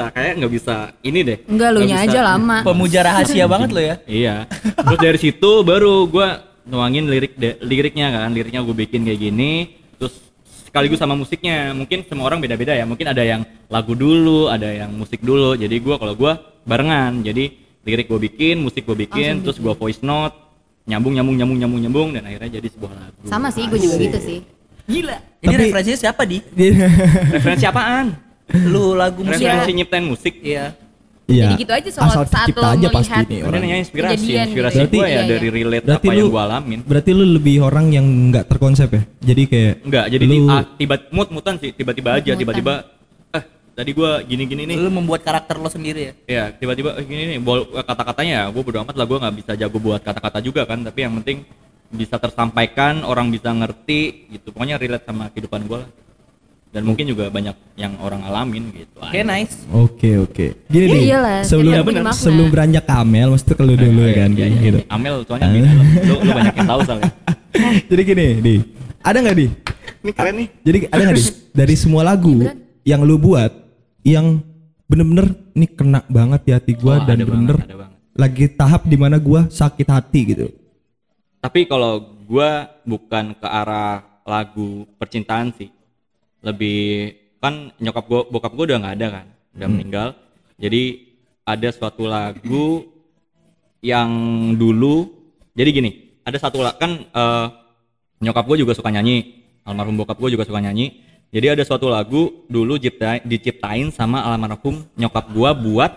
bisa ini deh. Enggak, lu Nggak nya bisa- aja lama. Pemuja rahasia banget lo ya. Iya. Terus dari situ baru gue nuangin liriknya kan, liriknya gue bikin kayak gini. Terus sekaligus sama musiknya. Mungkin semua orang beda-beda ya. Mungkin ada yang lagu dulu, ada yang musik dulu. Jadi gue barengan. Jadi lirik gue bikin, musik gue bikin, terus gue voice note, nyambung dan akhirnya jadi sebuah lagu. Sama sih, gue juga gitu sih. Gila. Ini Tapi- referensinya siapa di? Referensi apaan? Lu lagu musik. Referensi nyiptain musik. Iya. Jadi gitu aja soal Asal saat tercipta lo aja melihat pasti nih Ini orang. nanya inspirasi Kejadian gue gitu. ya Iya, dari iya. relate Berarti apa yang lu- gue alamin. Berarti lu lebih orang yang nggak terkonsep ya. Jadi kayak Enggak, jadi lu mutan sih, tiba-tiba aja, Mood-mutan. tiba-tiba tadi gua gini-gini nih. Lu membuat karakter lo sendiri ya. Ya, tiba-tiba gini nih, kata-katanya ya gua bodo amat lah, gua nggak bisa jago buat kata-kata juga kan, tapi yang penting bisa tersampaikan, orang bisa ngerti gitu. Pokoknya relate sama kehidupan gua lah. Dan mungkin juga banyak yang orang alamin gitu. Oke, nice. Oke. Gini Iya, nih, iyalah, sebelum jadi punya makna. sebelum beranjak ke Amel, mesti ke lu dulu ya kan Iya, gitu. Amel soalnya beda lah. Lu banyak yang tahu soalnya. Jadi gini, Di. Ada nggak Di? Ini keren nih. Jadi ada nggak Di? Dari semua lagu yang lu buat yang bener-bener ini kena banget di hati gua Oh, dan ada bener-bener banget, ada banget. lagi tahap dimana gua sakit hati gitu. Tapi kalau gua bukan ke arah lagu percintaan sih. Lebih kan bokap gua udah nggak ada kan, udah meninggal. Jadi ada suatu lagu yang dulu. Jadi gini, ada satu kan nyokap gua juga suka nyanyi, almarhum bokap gua juga suka nyanyi. Jadi ada suatu lagu dulu diciptain sama almarhum nyokap gua buat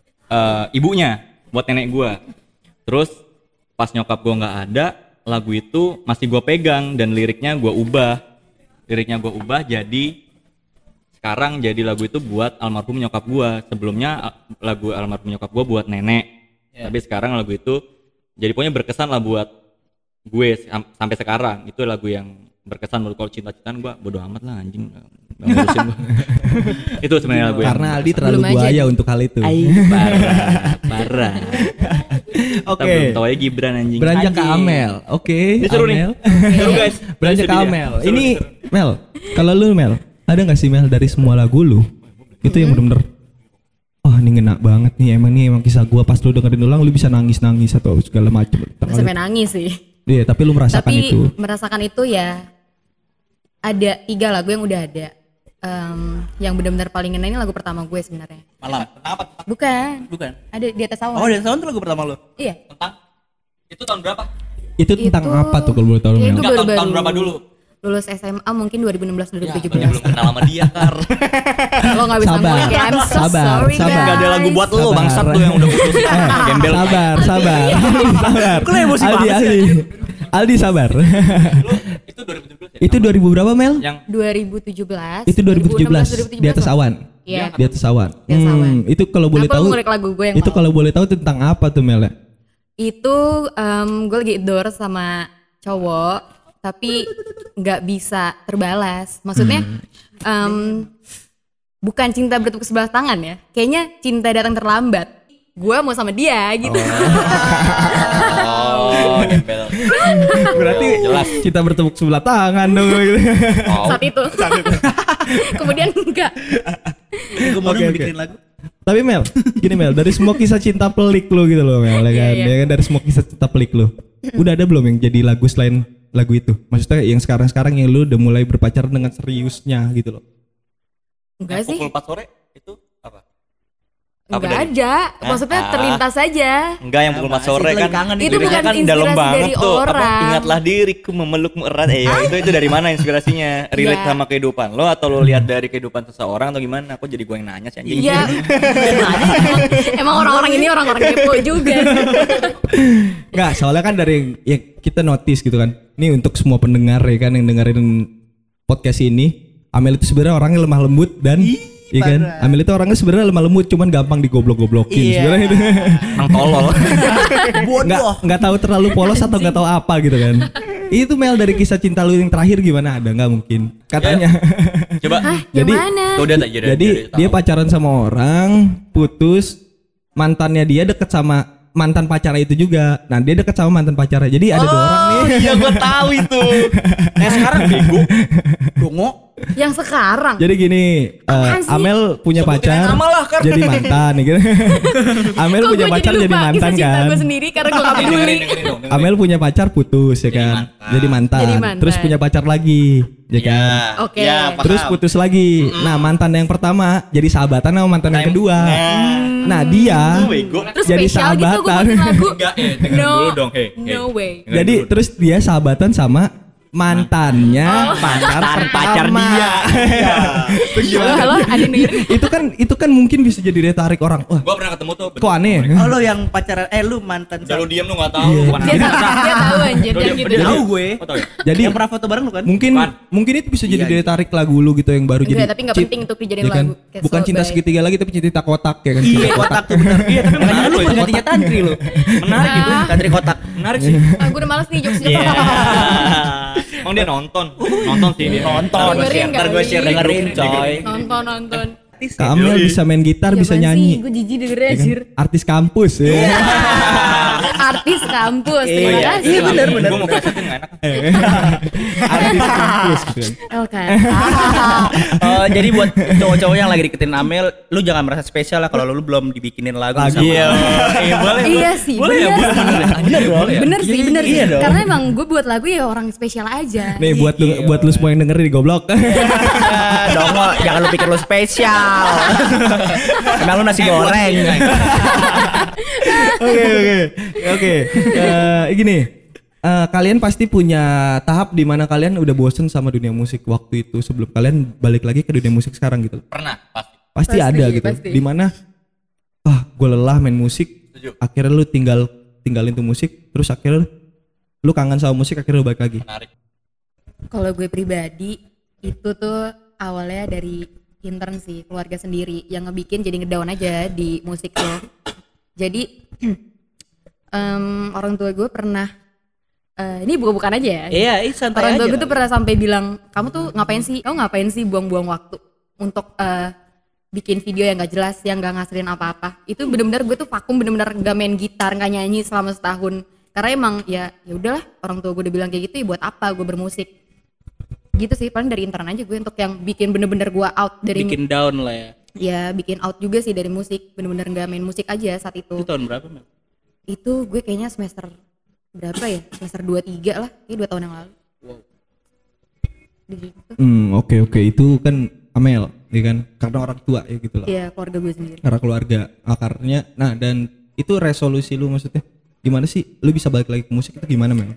ibunya, buat nenek gua. Terus pas nyokap gua nggak ada, lagu itu masih gua pegang dan liriknya gua ubah jadi sekarang jadi lagu itu buat almarhum nyokap gua. Sebelumnya lagu almarhum nyokap gua buat nenek. Tapi sekarang lagu itu jadi pokoknya berkesan lah buat gue sampai sekarang. Itu lagu yang berkesan menurut. Kalau cinta-cintaan gue bodo amat lah anjing, nggak ngurusin gue. Itu sebenarnya lagu yang Karena Aldi terlalu Belum aja. buaya untuk hal itu. parah. Oke. Kita belum tahu aja Gibran anjing. Beranjak ke Anjing. Amel. Oke. Ini seru nih. Amel. Seru guys. Beranjak ke Seru, Amel. seru, Ini seru. Mel, kalau lu Mel, ada nggak sih Mel dari semua lagu lu itu yang bener-bener oh ini ngena banget nih emang kisah gua pas lu dengerin ulang lu bisa nangis atau segala macam. Nggak sampai nangis sih. Iya, tapi lu merasakan Tapi itu. merasakan itu ya ada 3 lagu yang udah ada. Yang benar-benar paling ngena ini lagu pertama gue sebenarnya. Malam. Kenapa? Bukan. Bukan. Ada di atas awan. Oh, dan sound tuh lagu pertama lo. Iya. Tentang itu tahun berapa? Itu tentang Itu- apa tuh kalau boleh tahu ya Mel? itu Enggak, tahun baru-baru. berapa dulu? Lulus SMA mungkin 2016 Berarti 2017. belum kenal sama dia, Kar. Lo nggak bisa Sabar. ngulik ya. I'm so Sabar, sorry sabar. guys. Gak ada lagu buat lo Sabar. bangsat tuh yang udah putus. Gembel. Sabar. Kok lo emosi banget sih, Aldi sabar. Lu itu 2017 ya? Itu 2000 berapa Mel? Yang 2017. Itu 2017 di atas awan. Iya. Di atas awan. Di atas awan. Itu kalau boleh Kenapa tahu. lu ngulik lagu gue yang Itu malam? kalau boleh tahu tentang apa tuh Mel? Itu gue lagi door sama cowok tapi nggak bisa terbalas. Maksudnya bukan cinta bertepuk sebelah tangan ya. Kayaknya cinta datang terlambat. Gue mau sama dia gitu. Oh, gembel. Berarti Jelas. kita bertepuk sebelah tangan dong gitu. Saat itu. Kemudian enggak. Gue mau Oke, bikin lagu. Tapi Mel, gini Mel, dari semua kisah cinta pelik lu gitu loh Mel, ya kan? Iya. Ya kan dari semua kisah cinta pelik lu. Udah ada belum yang jadi lagu selain lagu itu? Maksudnya yang sekarang-sekarang yang lu udah mulai berpacaran dengan seriusnya gitu loh. Enggak sih. Pukul 4 sore itu apa? Enggak ada. Maksudnya Ah. terlintas saja. enggak yang pukul 4 sore Itu lagi kan. kangen Itu liriknya bukan kan dalam inspirasi banget dari tuh. Apa, orang. ingatlah diriku memelukmu erat. Itu dari mana inspirasinya? Relate Ya. sama kehidupan lo atau lo lihat dari kehidupan seseorang atau gimana? Aku jadi gue yang nanya sih anjing. Iya. Emang orang-orang ini orang-orang kepo juga. Enggak, soalnya kan dari ya kita notice gitu kan. Ini untuk semua pendengar ya kan yang dengerin podcast ini, Amel itu sebenarnya orangnya lemah lembut dan iya kan? Amel itu orangnya sebenarnya lemah lembut cuman gampang digoblok-goblokin sebenarnya itu. Emang tolol. Nggak tahu terlalu polos atau nggak tahu apa gitu kan. Itu Mel dari kisah cinta lu yang terakhir gimana? Ada nggak mungkin? Katanya. Coba. Jadi Gimana? Tuh, udah tak jadi dia pacaran sama orang, putus, mantannya dia deket sama mantan pacarnya itu juga. Nah, dia deket sama mantan pacarnya. Jadi ada 2 orang nih. Iya, gue tahu itu. Sekarang bego. Dongo. Yang sekarang. Jadi gini, Apaan sih? Amel punya Sebutin pacar, nama lah, Kar. jadi mantan gitu. Amel Kok punya gue pacar jadi lupa mantan kisah cinta kan. gue sendiri karena gue gak peduli. Dengerin dong. Amel punya pacar putus ya kan. Jadi mantan. Jadi mantan. Terus punya pacar lagi, ya kan. Oke. Ya, paham. Terus putus lagi. Nah, mantan yang pertama jadi sahabatan sama mantan yang kedua. Nah, dia Bego. Terus jadi spesial gitu gue sahabatan. buatin lagu. Enggak, dengerin No, dulu dong. Hey, no way. Jadi terus dia sahabatan sama mantannya pacar dia. Halo, ada yang dengerin? itu kan mungkin bisa jadi daya tarik orang. Wah, Gue pernah ketemu tuh. kok aneh. Oh, lo yang pacaran lu mantan Udah lu sama. diem lu enggak tahu. Iya. Dia tahu anjir yang gitu. Tahu gue. Oh, tahu ya? Jadi Yang pernah foto bareng lu kan? mungkin itu bisa jadi Iya, daya tarik lagu lu gitu yang baru Enggak, jadi. tapi nggak cheat, penting untuk dijadiin ya kan? lagu. Kayak Bukan so cinta baik. segitiga lagi tapi cinta kotak ya kan. Iya, Cinta kotak tuh bener. Iya, tapi menarik lu penggantinya tantri lu. Menarik gitu. Tantri kotak. Menarik sih. Ah, gue udah males nih jokes Iya. Emang dia nonton sih dia. Nonton. Dengerin Ntar gue kali. share dengerin coy. Nonton. Kak Amel bisa main gitar, bisa nyanyi. Gue jijik dengernya Ya kan? anjir. Artis kampus ya. Artis kampus. Terima Iya, kasih. iya, bener. Gue mau plesetin enggak enak. Artis kampus gitu kan. Oke. Jadi buat cowok-cowok yang lagi deketin Amel, lu jangan merasa spesial lah kalau lu belum dibikinin lagu sama Iya. boleh. Iya sih, Boleh ya, bener boleh. sih. Bener dong. Bener sih, bener Iya sih. dong. Karena emang gue buat lagu ya orang spesial aja. Nih buat lu semua yang dengerin di goblok. Dongo, jangan lu pikir lu spesial. Emang lu nasi goreng. Oke. Gini. Kalian pasti punya tahap di mana kalian udah bosen sama dunia musik waktu itu sebelum kalian balik lagi ke dunia musik sekarang gitu. Pernah, pasti. Pasti Pasti, ada gitu. pasti. Di mana gue lelah main musik. Setuju. Akhirnya lu tinggalin tuh musik, terus akhirnya lu kangen sama musik, akhirnya lu balik lagi. Menarik. Kalau gue pribadi itu tuh awalnya dari intern sih, keluarga sendiri yang ngebikin jadi ngedown aja di musik tuh. Jadi orang tua gue pernah ini bukan aja ya. Iya, santai Orang aja. tua gue tuh pernah sampai bilang, kamu tuh ngapain sih buang-buang waktu untuk bikin video yang gak jelas, yang gak ngasilin apa-apa. Itu bener-bener gue tuh vakum, bener-bener gak main gitar, gak nyanyi selama setahun. Karena emang ya udahlah, orang tua gue udah bilang kayak gitu, ya buat apa gue bermusik. Gitu sih, paling dari intern aja gue untuk yang bikin bener-bener gue out dari Bikin down lah ya. ya bikin out juga sih dari musik, bener-bener gak main musik aja saat Itu itu. tahun berapa, Mel? Itu gue kayaknya semester berapa ya, semester 2-3 lah, kayak 2 tahun yang lalu. Wow. Gitu. Oke itu kan Amel, ya kan? Karena orang tua ya gitu loh. Iya, keluarga gue sendiri. Karena keluarga akarnya. Nah, dan itu resolusi lu maksudnya gimana sih? Lu bisa balik lagi ke musik itu gimana, Mel?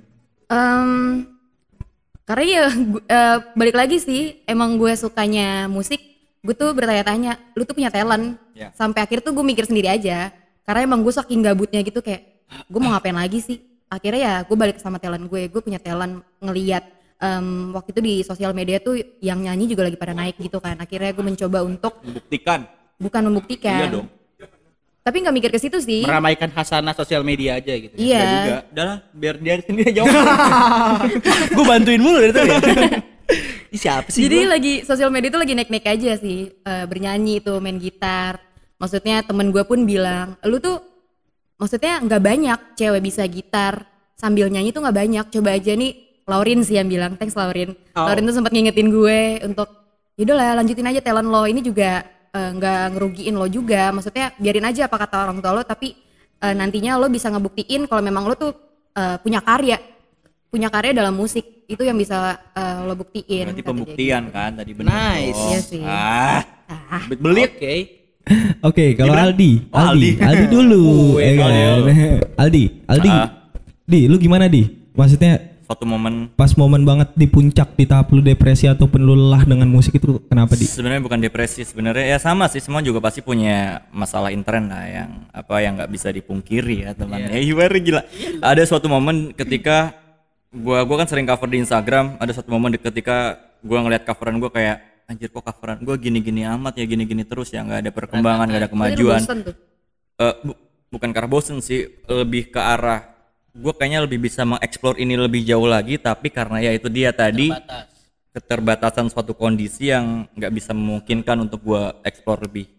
Karena ya balik lagi sih, emang gue sukanya musik, gue tuh bertanya-tanya, lu tuh punya talent. Ya. Sampai akhir tuh gue mikir sendiri aja, karena emang gue saking gabutnya gitu kayak, gue mau ngapain lagi sih? Akhirnya ya gue balik sama talent gue punya talent ngeliat waktu itu di sosial media tuh yang nyanyi juga lagi pada naik gitu kan. Akhirnya gue mencoba untuk Buktikan. bukan membuktikan, Iya dong. tapi nggak mikir ke situ sih. Meramaikan hasanah sosial media aja gitu. Iya. Juga. Udahlah, biar dia sendiri jawab. Gue bantuin mulu dari tadi. Siapa sih? Jadi lagi sosial media itu lagi naik-naik aja sih, bernyanyi tuh, main gitar. Maksudnya temen gue pun bilang, lu tuh maksudnya nggak banyak cewek bisa gitar sambil nyanyi tuh nggak banyak. Coba aja nih, Laurin sih yang bilang, thanks Laurin. Laurin tuh sempat ngingetin gue untuk, yaudahlah lanjutin aja talent lo, ini juga nggak ngerugiin lo juga. Maksudnya biarin aja apa kata orang tua lo, tapi nantinya lo bisa ngebuktiin kalau memang lo tuh punya karya dalam musik, itu yang bisa lo buktiin. Berarti kata dia pembuktian gitu. kan tadi benar. Nice. dong. Iya sih. Belit. Oke. Oke, kalau Gimana? Aldi dulu. Wih, Ya kan? Aldi. Aldi. Di, lu gimana Di? Maksudnya Suatu momen pas momen banget di puncak di tahap lu depresi ataupun lu lelah dengan musik itu kenapa Di? sebenarnya bukan depresi, sebenarnya ya sama sih, semua juga pasti punya masalah intern lah yang nggak bisa dipungkiri ya teman. Ya gimana gila. Ada suatu momen ketika gua kan sering cover di Instagram, ada suatu momen ketika gua ngeliat coveran gua kayak anjir kok coveran gua gini-gini amat ya, gini-gini terus ya, nggak ada perkembangan, nggak ada Jadi lu kemajuan. bosen tuh. Bukan karena bosen sih, lebih ke arah gue kayaknya lebih bisa mengeksplor ini lebih jauh lagi, tapi karena ya itu dia tadi keterbatasan suatu kondisi yang nggak bisa memungkinkan untuk gue eksplor lebih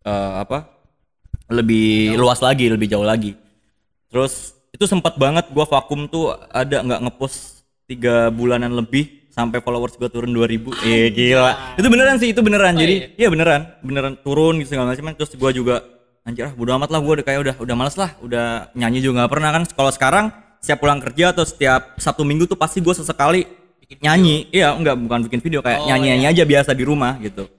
lebih luas lagi, lebih jauh lagi. Terus itu sempat banget gue vakum tuh, ada nggak ngepost 3 bulanan lebih sampai followers gue turun 2000. Gila, itu beneran sih, itu beneran. Jadi iya beneran turun gitu segala macam. Terus gue juga anjir bodo amat lah, gue udah kayak udah males lah, udah nyanyi juga nggak pernah kan. Kalau sekarang setiap pulang kerja atau setiap Sabtu Minggu tuh pasti gue sesekali nyanyi. Iya, bukan bikin video, kayak nyanyi aja biasa di rumah gitu.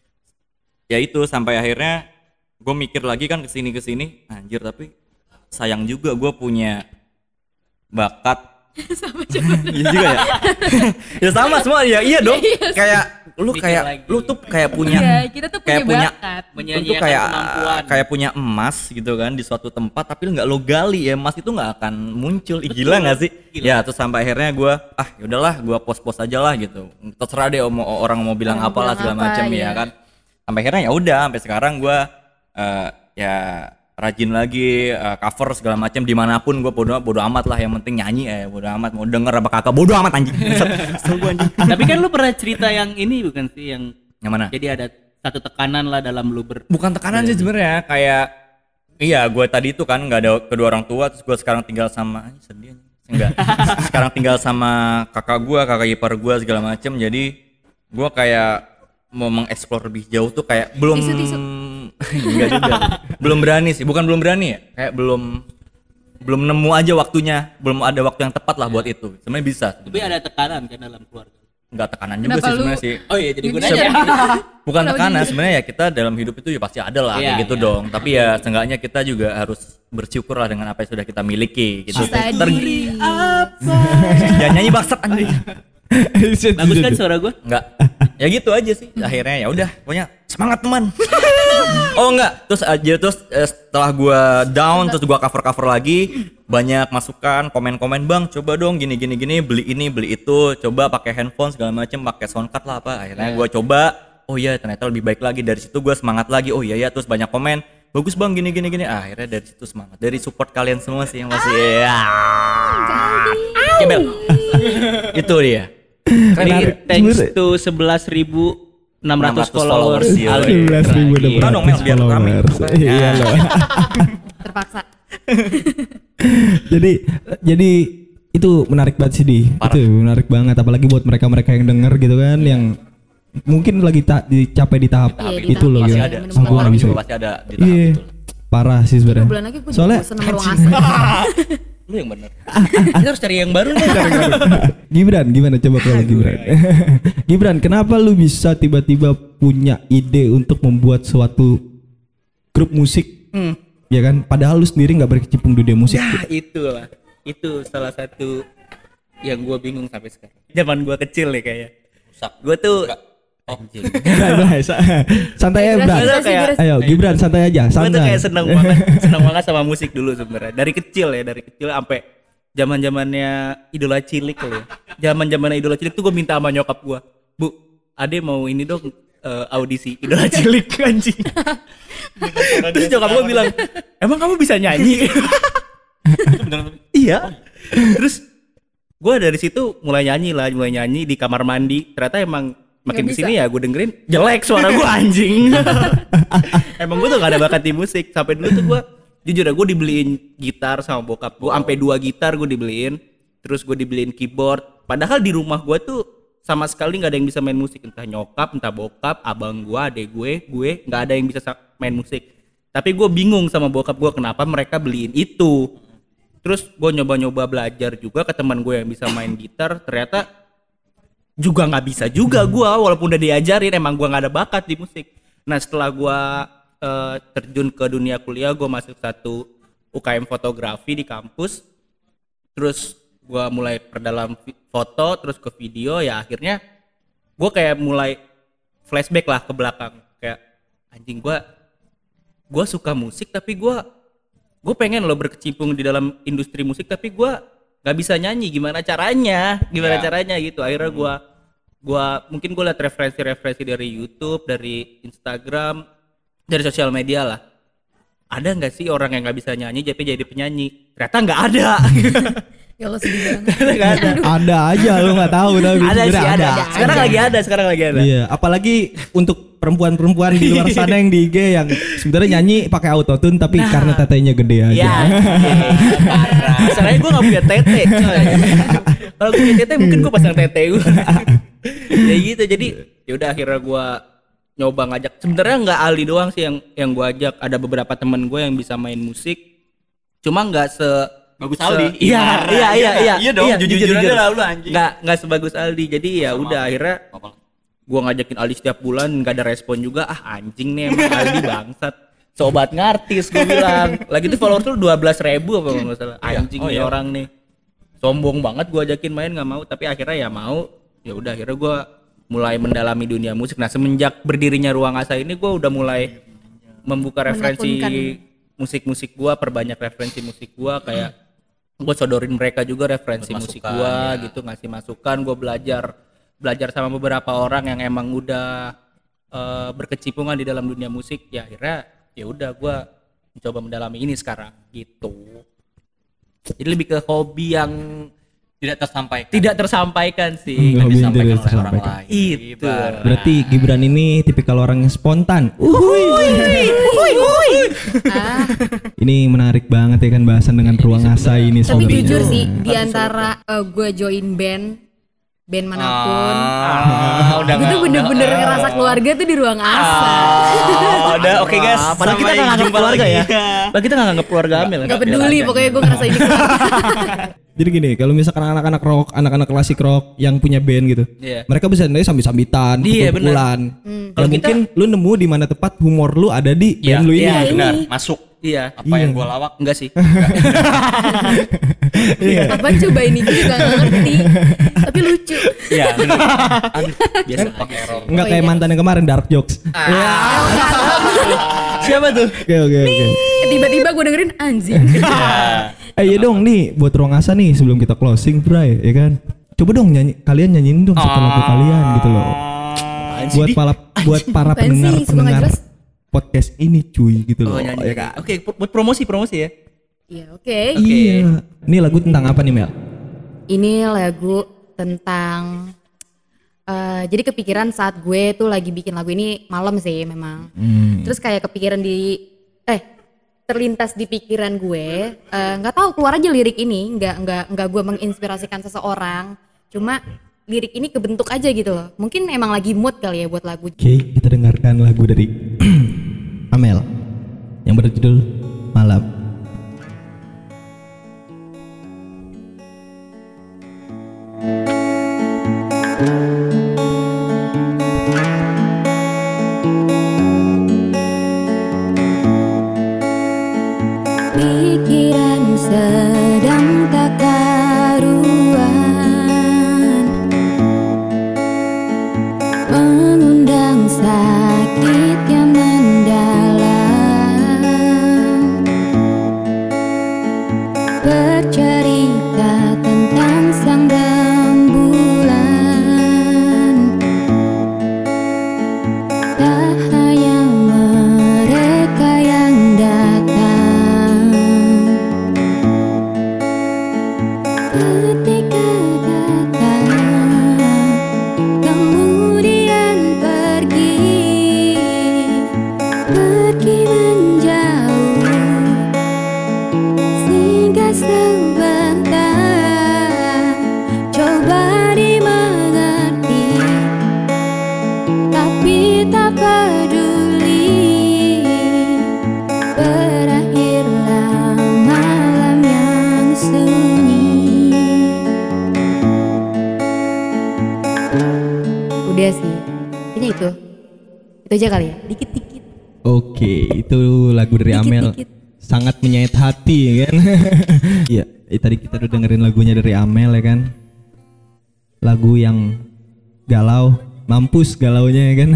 Ya itu sampai akhirnya gue mikir lagi kan kesini anjir, tapi sayang juga gue punya bakat. Sama juga. Iya juga ya. Ya sama semua ya, iya dong. Kayak lu Mikir kayak lagi. lu tuh kayak punya Iya, kita tuh kayak punya punya bakat. lu tuh Menyanyiakan kayak kemampuan. kayak punya emas gitu kan di suatu tempat, tapi lu nggak lo gali ya, emas itu nggak akan muncul. Gila nggak sih? Gila. Ya terus sampai akhirnya gue yaudahlah, gue post aja lah gitu, terserah deh orang mau bilang Orang apalah bilang segala apa, macam ya. ya kan. Sampai akhirnya ya udah, sampai sekarang gue ya rajin lagi cover segala macam dimanapun. Gue bodo amat lah, yang penting nyanyi bodo amat, mau denger apa kagak bodo amat anjing. Kesel gue anjing. Tapi kan lu pernah cerita yang ini bukan sih, yang Yang mana? jadi ada satu tekanan lah dalam lu Bukan tekanan sih sebenarnya, kayak iya gue tadi itu kan nggak ada kedua orang tua, terus gue sekarang tinggal sama sedih enggak sekarang tinggal sama kakak ipar gue segala macem. Jadi gue kayak mau mengeksplor lebih jauh tuh kayak belum Tisu. enggak juga, belum berani sih, bukan belum berani ya, kayak belum nemu aja waktunya, belum ada waktu yang tepat lah buat itu. Sebenarnya bisa, Tapi ada tekanan kan dalam keluarga. nggak tekanan juga Kenapa sih lu- sebenarnya sih. Oh iya, jadi gue Gimana nanya. ya? Bukan Kenapa tekanan jadi- sebenarnya, ya kita dalam hidup itu ya pasti ada lah Iya, kayak gitu iya. dong. Tapi ya seenggaknya kita juga harus bersyukur lah dengan apa yang sudah kita miliki gitu. Sadiri. Jangan nyanyi bangsat anjing. Bagus kan suara gue? Enggak. Ya gitu aja sih. Akhirnya ya udah, pokoknya semangat teman. Oh enggak, terus setelah gua down, terus gua cover lagi, banyak masukan, komen-komen, "Bang, coba dong gini, beli ini, beli itu, coba pakai handphone segala macem, pakai soundcard lah apa." Akhirnya gua coba, oh iya ternyata lebih baik lagi. Dari situ gua semangat lagi. Oh iya, terus banyak komen, "Bagus Bang, gini." Akhirnya dari situ semangat. Dari support kalian semua sih yang masih ya Bel. Itu dia. Ini thanks to 11.600 followers Aldi. 11.600 dong, Mel, biar rame. followers. Iya loh. Terpaksa. jadi itu menarik banget sih di. Itu menarik banget apalagi buat mereka-mereka yang denger gitu kan yang mungkin lagi dicapai di tahap Iya, itu loh Masih gitu. ada. Oh, gua Semua nggak orang bisa. juga pasti ada di tahap Iya. itu. Parah sih 2 sebenarnya. bulan lagi gue Soalnya bosen sama ruang asa. Lu yang bener. Kita harus cari yang baru nih. Gibran, gimana coba kalau Gibran? Gibran, kenapa lu bisa tiba-tiba punya ide untuk membuat suatu grup musik? Ya kan, padahal lu sendiri nggak berkecimpung di dunia musik. Ya itulah. Itu salah satu yang gue bingung sampai sekarang. Zaman gue kecil nih kayaknya. Gue tuh Bray, santai aja, Bran. Durasi. Ayo, Gibran santai aja, gue tuh santai. kayak seneng banget sama musik dulu sebenarnya. Dari kecil sampai zaman-zamannya Idola Cilik kali ya. Zaman-zamannya Idola Cilik tuh gue minta sama nyokap gue, "Bu, Ade mau ini dong audisi Idola Cilik anjing." Terus nyokap gue bilang, "Emang kamu bisa nyanyi?" Iya. Terus gue dari situ mulai nyanyi di kamar mandi. Ternyata emang makin Nggak kesini ya gue dengerin jelek suara gue anjing. Emang gue tuh gak ada bakat di musik. Sampai dulu tuh gue jujur ya gue dibeliin gitar sama bokap gue, sampai 2 gitar gue dibeliin. Terus gue dibeliin keyboard. Padahal di rumah gue tuh sama sekali nggak ada yang bisa main musik, entah nyokap, entah bokap, abang gue, adek gue nggak ada yang bisa main musik. Tapi gue bingung sama bokap gue kenapa mereka beliin itu. Terus gue nyoba-nyoba belajar juga ke teman gue yang bisa main gitar, ternyata juga nggak bisa juga gue, walaupun udah diajarin, emang gue nggak ada bakat di musik. Nah setelah gue terjun ke dunia kuliah, gue masuk satu UKM fotografi di kampus, terus gue mulai perdalam foto, terus ke video, ya akhirnya gue kayak mulai flashback lah ke belakang, kayak anjing gue suka musik tapi gue pengen lo berkecimpung di dalam industri musik tapi gue nggak bisa nyanyi, gimana caranya gitu. Akhirnya gue mungkin gue liat referensi dari YouTube, dari Instagram, dari sosial media lah. Ada nggak sih orang yang nggak bisa nyanyi tapi jadi penyanyi? Ternyata nggak ada. Ya Allah sedih banget. Ada aja lu nggak tahu tapi Ada sih, sebenarnya ada. Sekarang lagi ada. Iya, apalagi untuk perempuan-perempuan di luar sana yang di IG yang sebenarnya nyanyi pakai autotune tapi karena tetenya gede aja. Iya. Parah. Masalahnya gue nggak punya tete. Kalau gue punya tete mungkin gue pasang tete gue. Ya gitu. Jadi ya udah akhirnya gue nyoba ngajak. Sebenarnya nggak Aldi doang sih yang gue ajak. Ada beberapa temen gue yang bisa main musik. Cuma nggak Bagus Aldi. Iya. Iya dong, jujur aja lah lu anjing. Nggak sebagus Aldi. Jadi ya udah akhirnya gua ngajakin Aldi setiap bulan nggak ada respon juga. Anjing nih emang Aldi bangsat. Sobat ngartis gue bilang. Lagi tuh followers tuh 12.000 apa nggak salah. Anjing nih orang nih. Sombong banget gua ajakin main nggak mau. Tapi akhirnya ya mau. Ya udah akhirnya gua mulai mendalami dunia musik. Nah semenjak berdirinya Ruang Asa ini gua udah mulai membuka referensi musik-musik gua, perbanyak referensi musik gua, kayak gue sodorin mereka juga referensi musik gue gitu, ngasih masukan. Gue belajar sama beberapa orang yang emang udah berkecimpungan di dalam dunia musik. Ya akhirnya ya udah gue mencoba mendalami ini sekarang gitu. Jadi lebih ke hobi yang tidak tersampaikan sih. Hobi yang disampaikan tidak oleh orang tersampaikan. lain. Itu. Berarti Gibran ini tipikal orang yang spontan. Ini menarik banget ya kan bahasan dengan Ruang Asa ini. Tapi sobat. jujur sih di antara gue join band manapun, gue tuh bener-bener ngerasa keluarga tuh di Ruang Asa. Udah oke guys. Padahal kita nggak nganggap keluarga ya. Padahal kita nggak nganggap keluarga Amel. Gak peduli, pokoknya gue ngerasa ini keluarga. Jadi gini, kalau misalkan anak-anak rock, anak-anak klasik rock yang punya band gitu, Iya. mereka bisa nyanyi sambil-sambitan, Iya, pukul-pukulan. Kalau Ya mungkin lu nemu di mana tepat humor lu ada di band lu ini. Iya, Benar, masuk. Iya. Apa yang gua lawak? Enggak sih. Apa coba ini gue juga gak ngerti, tapi lucu. Iya, benar. Biasa. Enggak kayak mantan yang kemarin dark jokes. Siapa tuh? Oke. Tiba-tiba gue dengerin anjing. Iya dong nih buat Ruang Asa nih sebelum kita closing, Bray, ya kan? Coba dong kalian nyanyiin dong satu lagu kalian gitu loh. Buat para Apaan sih? Suka nggak pendengar jelas. podcast ini cuy gitu loh. nyanyi. Ya kan? Oke, buat promosi ya. Iya oke. Iya. Ini lagu tentang apa nih, Mel? Ini lagu tentang jadi kepikiran saat gue tuh lagi bikin lagu ini malam sih memang. Terus kayak kepikiran terlintas di pikiran gue, nggak tahu keluar aja lirik ini, nggak gue menginspirasikan seseorang, cuma lirik ini kebentuk aja gitu loh. Mungkin emang lagi mood kali ya buat lagu. Oke, kita dengarkan lagu dari Amel yang berjudul Malam. Pikiran sedang tak karuan, mengundang sakit yang mendalam, bercerita tentang sang rembulan. Tak hanya mereka yang datang, ketika datang kemudian pergi menjauh, singgah sebentar, coba dimengerti, tapi tak peduli, berakhirlah malam yang sunyi. Udah sih, kayaknya itu aja kali ya, dikit-dikit. Oke, itu lagu dari Amel. Dikit-dikit. Sangat menyayat hati ya kan. Iya, tadi kita udah dengerin lagunya dari Amel ya kan. Lagu yang galau, mampus galaunya ya kan.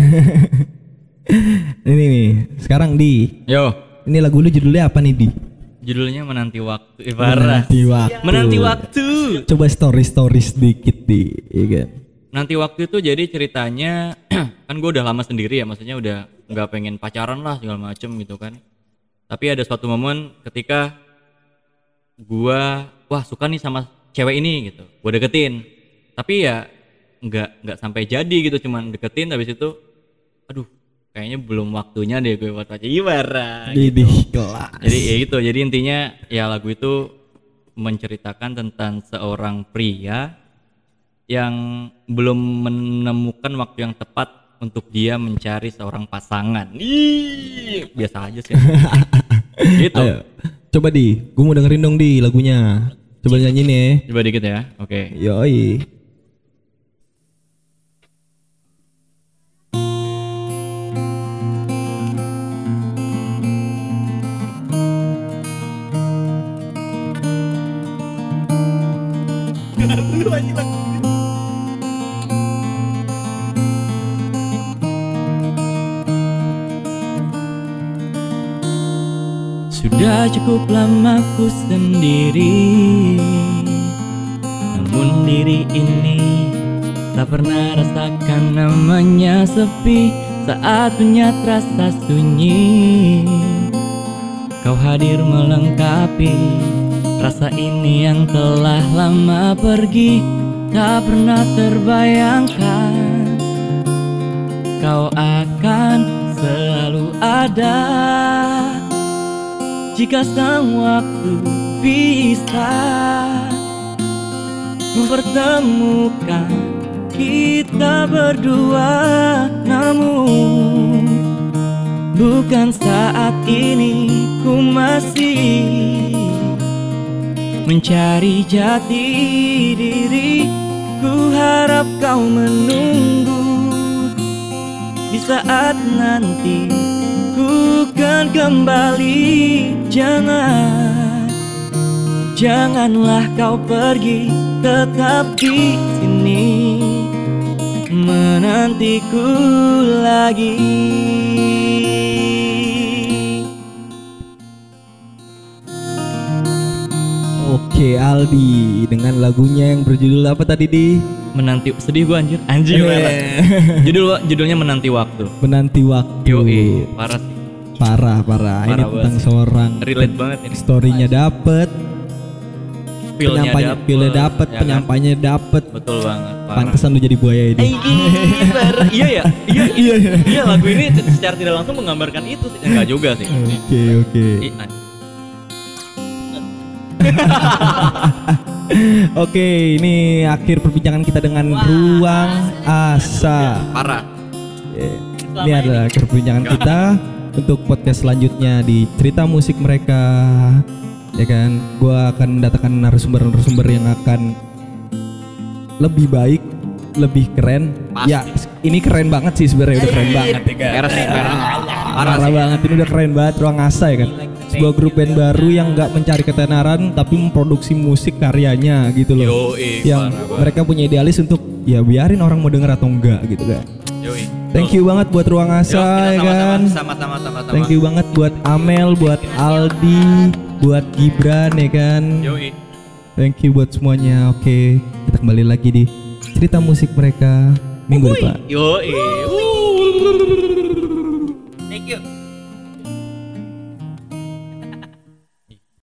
Ini nih, sekarang Yo, ini lagu lu judulnya apa nih Di? judulnya Menanti Waktu. Ibarat. Menanti waktu. Menanti Waktu. Coba story sedikit Di, ya kan. Nanti waktu itu jadi ceritanya kan gue udah lama sendiri ya, maksudnya udah nggak pengen pacaran lah segala macem gitu kan. Tapi ada suatu momen ketika gue suka nih sama cewek ini gitu, gue deketin. Tapi ya nggak sampai jadi gitu, cuman deketin. Habis itu, aduh, kayaknya belum waktunya deh gue buat pacaran. Ibarat. Di kelas. Jadi ya gitu, jadi intinya ya lagu itu menceritakan tentang seorang pria yang belum menemukan waktu yang tepat untuk dia mencari seorang pasangan. Ih, biasa aja sih. Gitu. Ayo, coba Di, gue mau dengerin dong Di lagunya. Coba nyanyi nih. Coba dikit ya. Oke. Yoi. Sudah cukup lama ku sendiri, namun diri ini tak pernah rasakan namanya sepi. Saat dunia terasa sunyi, kau hadir melengkapi rasa ini yang telah lama pergi. Tak pernah terbayangkan kau akan selalu ada. Jika sang waktu bisa mempertemukan kita berdua, namun bukan saat ini. Ku masih mencari jati diri. Ku harap kau menunggu di saat nanti ku kan kembali. Janganlah kau pergi, tetap di sini menantiku lagi. Oke Aldi, dengan lagunya yang berjudul apa tadi Di? Menanti, sedih gua anjir. Judulnya Menanti Waktu. Menanti waktu. Yoi, parah sih. Parah. Ini Parah tentang banget. seorang Relate banget ini. storynya dapet, Feel-nya dapet, ya kan? penyampainya dapet. Betul banget. parah. Pantesan lu jadi buaya ini. Iya ya, iya lagu ini secara tidak langsung menggambarkan itu sih. Enggak juga sih. Oke. Oke, ini akhir perbincangan kita dengan Ruang Asa. Parah. Ini adalah akhir perbincangan kita untuk podcast selanjutnya di cerita musik mereka. Ya kan, gua akan mendatangkan narasumber yang akan lebih baik, lebih keren. Pasti. Ya, ini keren banget sih sebenarnya, udah keren banget. Parah banget, ini udah keren banget Ruang Asa ya kan. Sebuah grup band baru yang nggak mencari ketenaran tapi memproduksi musik karyanya gitu loh. Yang mereka punya idealis untuk ya biarin orang mau denger atau enggak gitu kan. Thank you banget buat Ruang Asa ya kan. Sama-sama. Thank you banget buat Amel, buat Aldi, buat Gibran ya kan. Thank you buat semuanya. Oke, kita kembali lagi di cerita musik mereka minggu depan.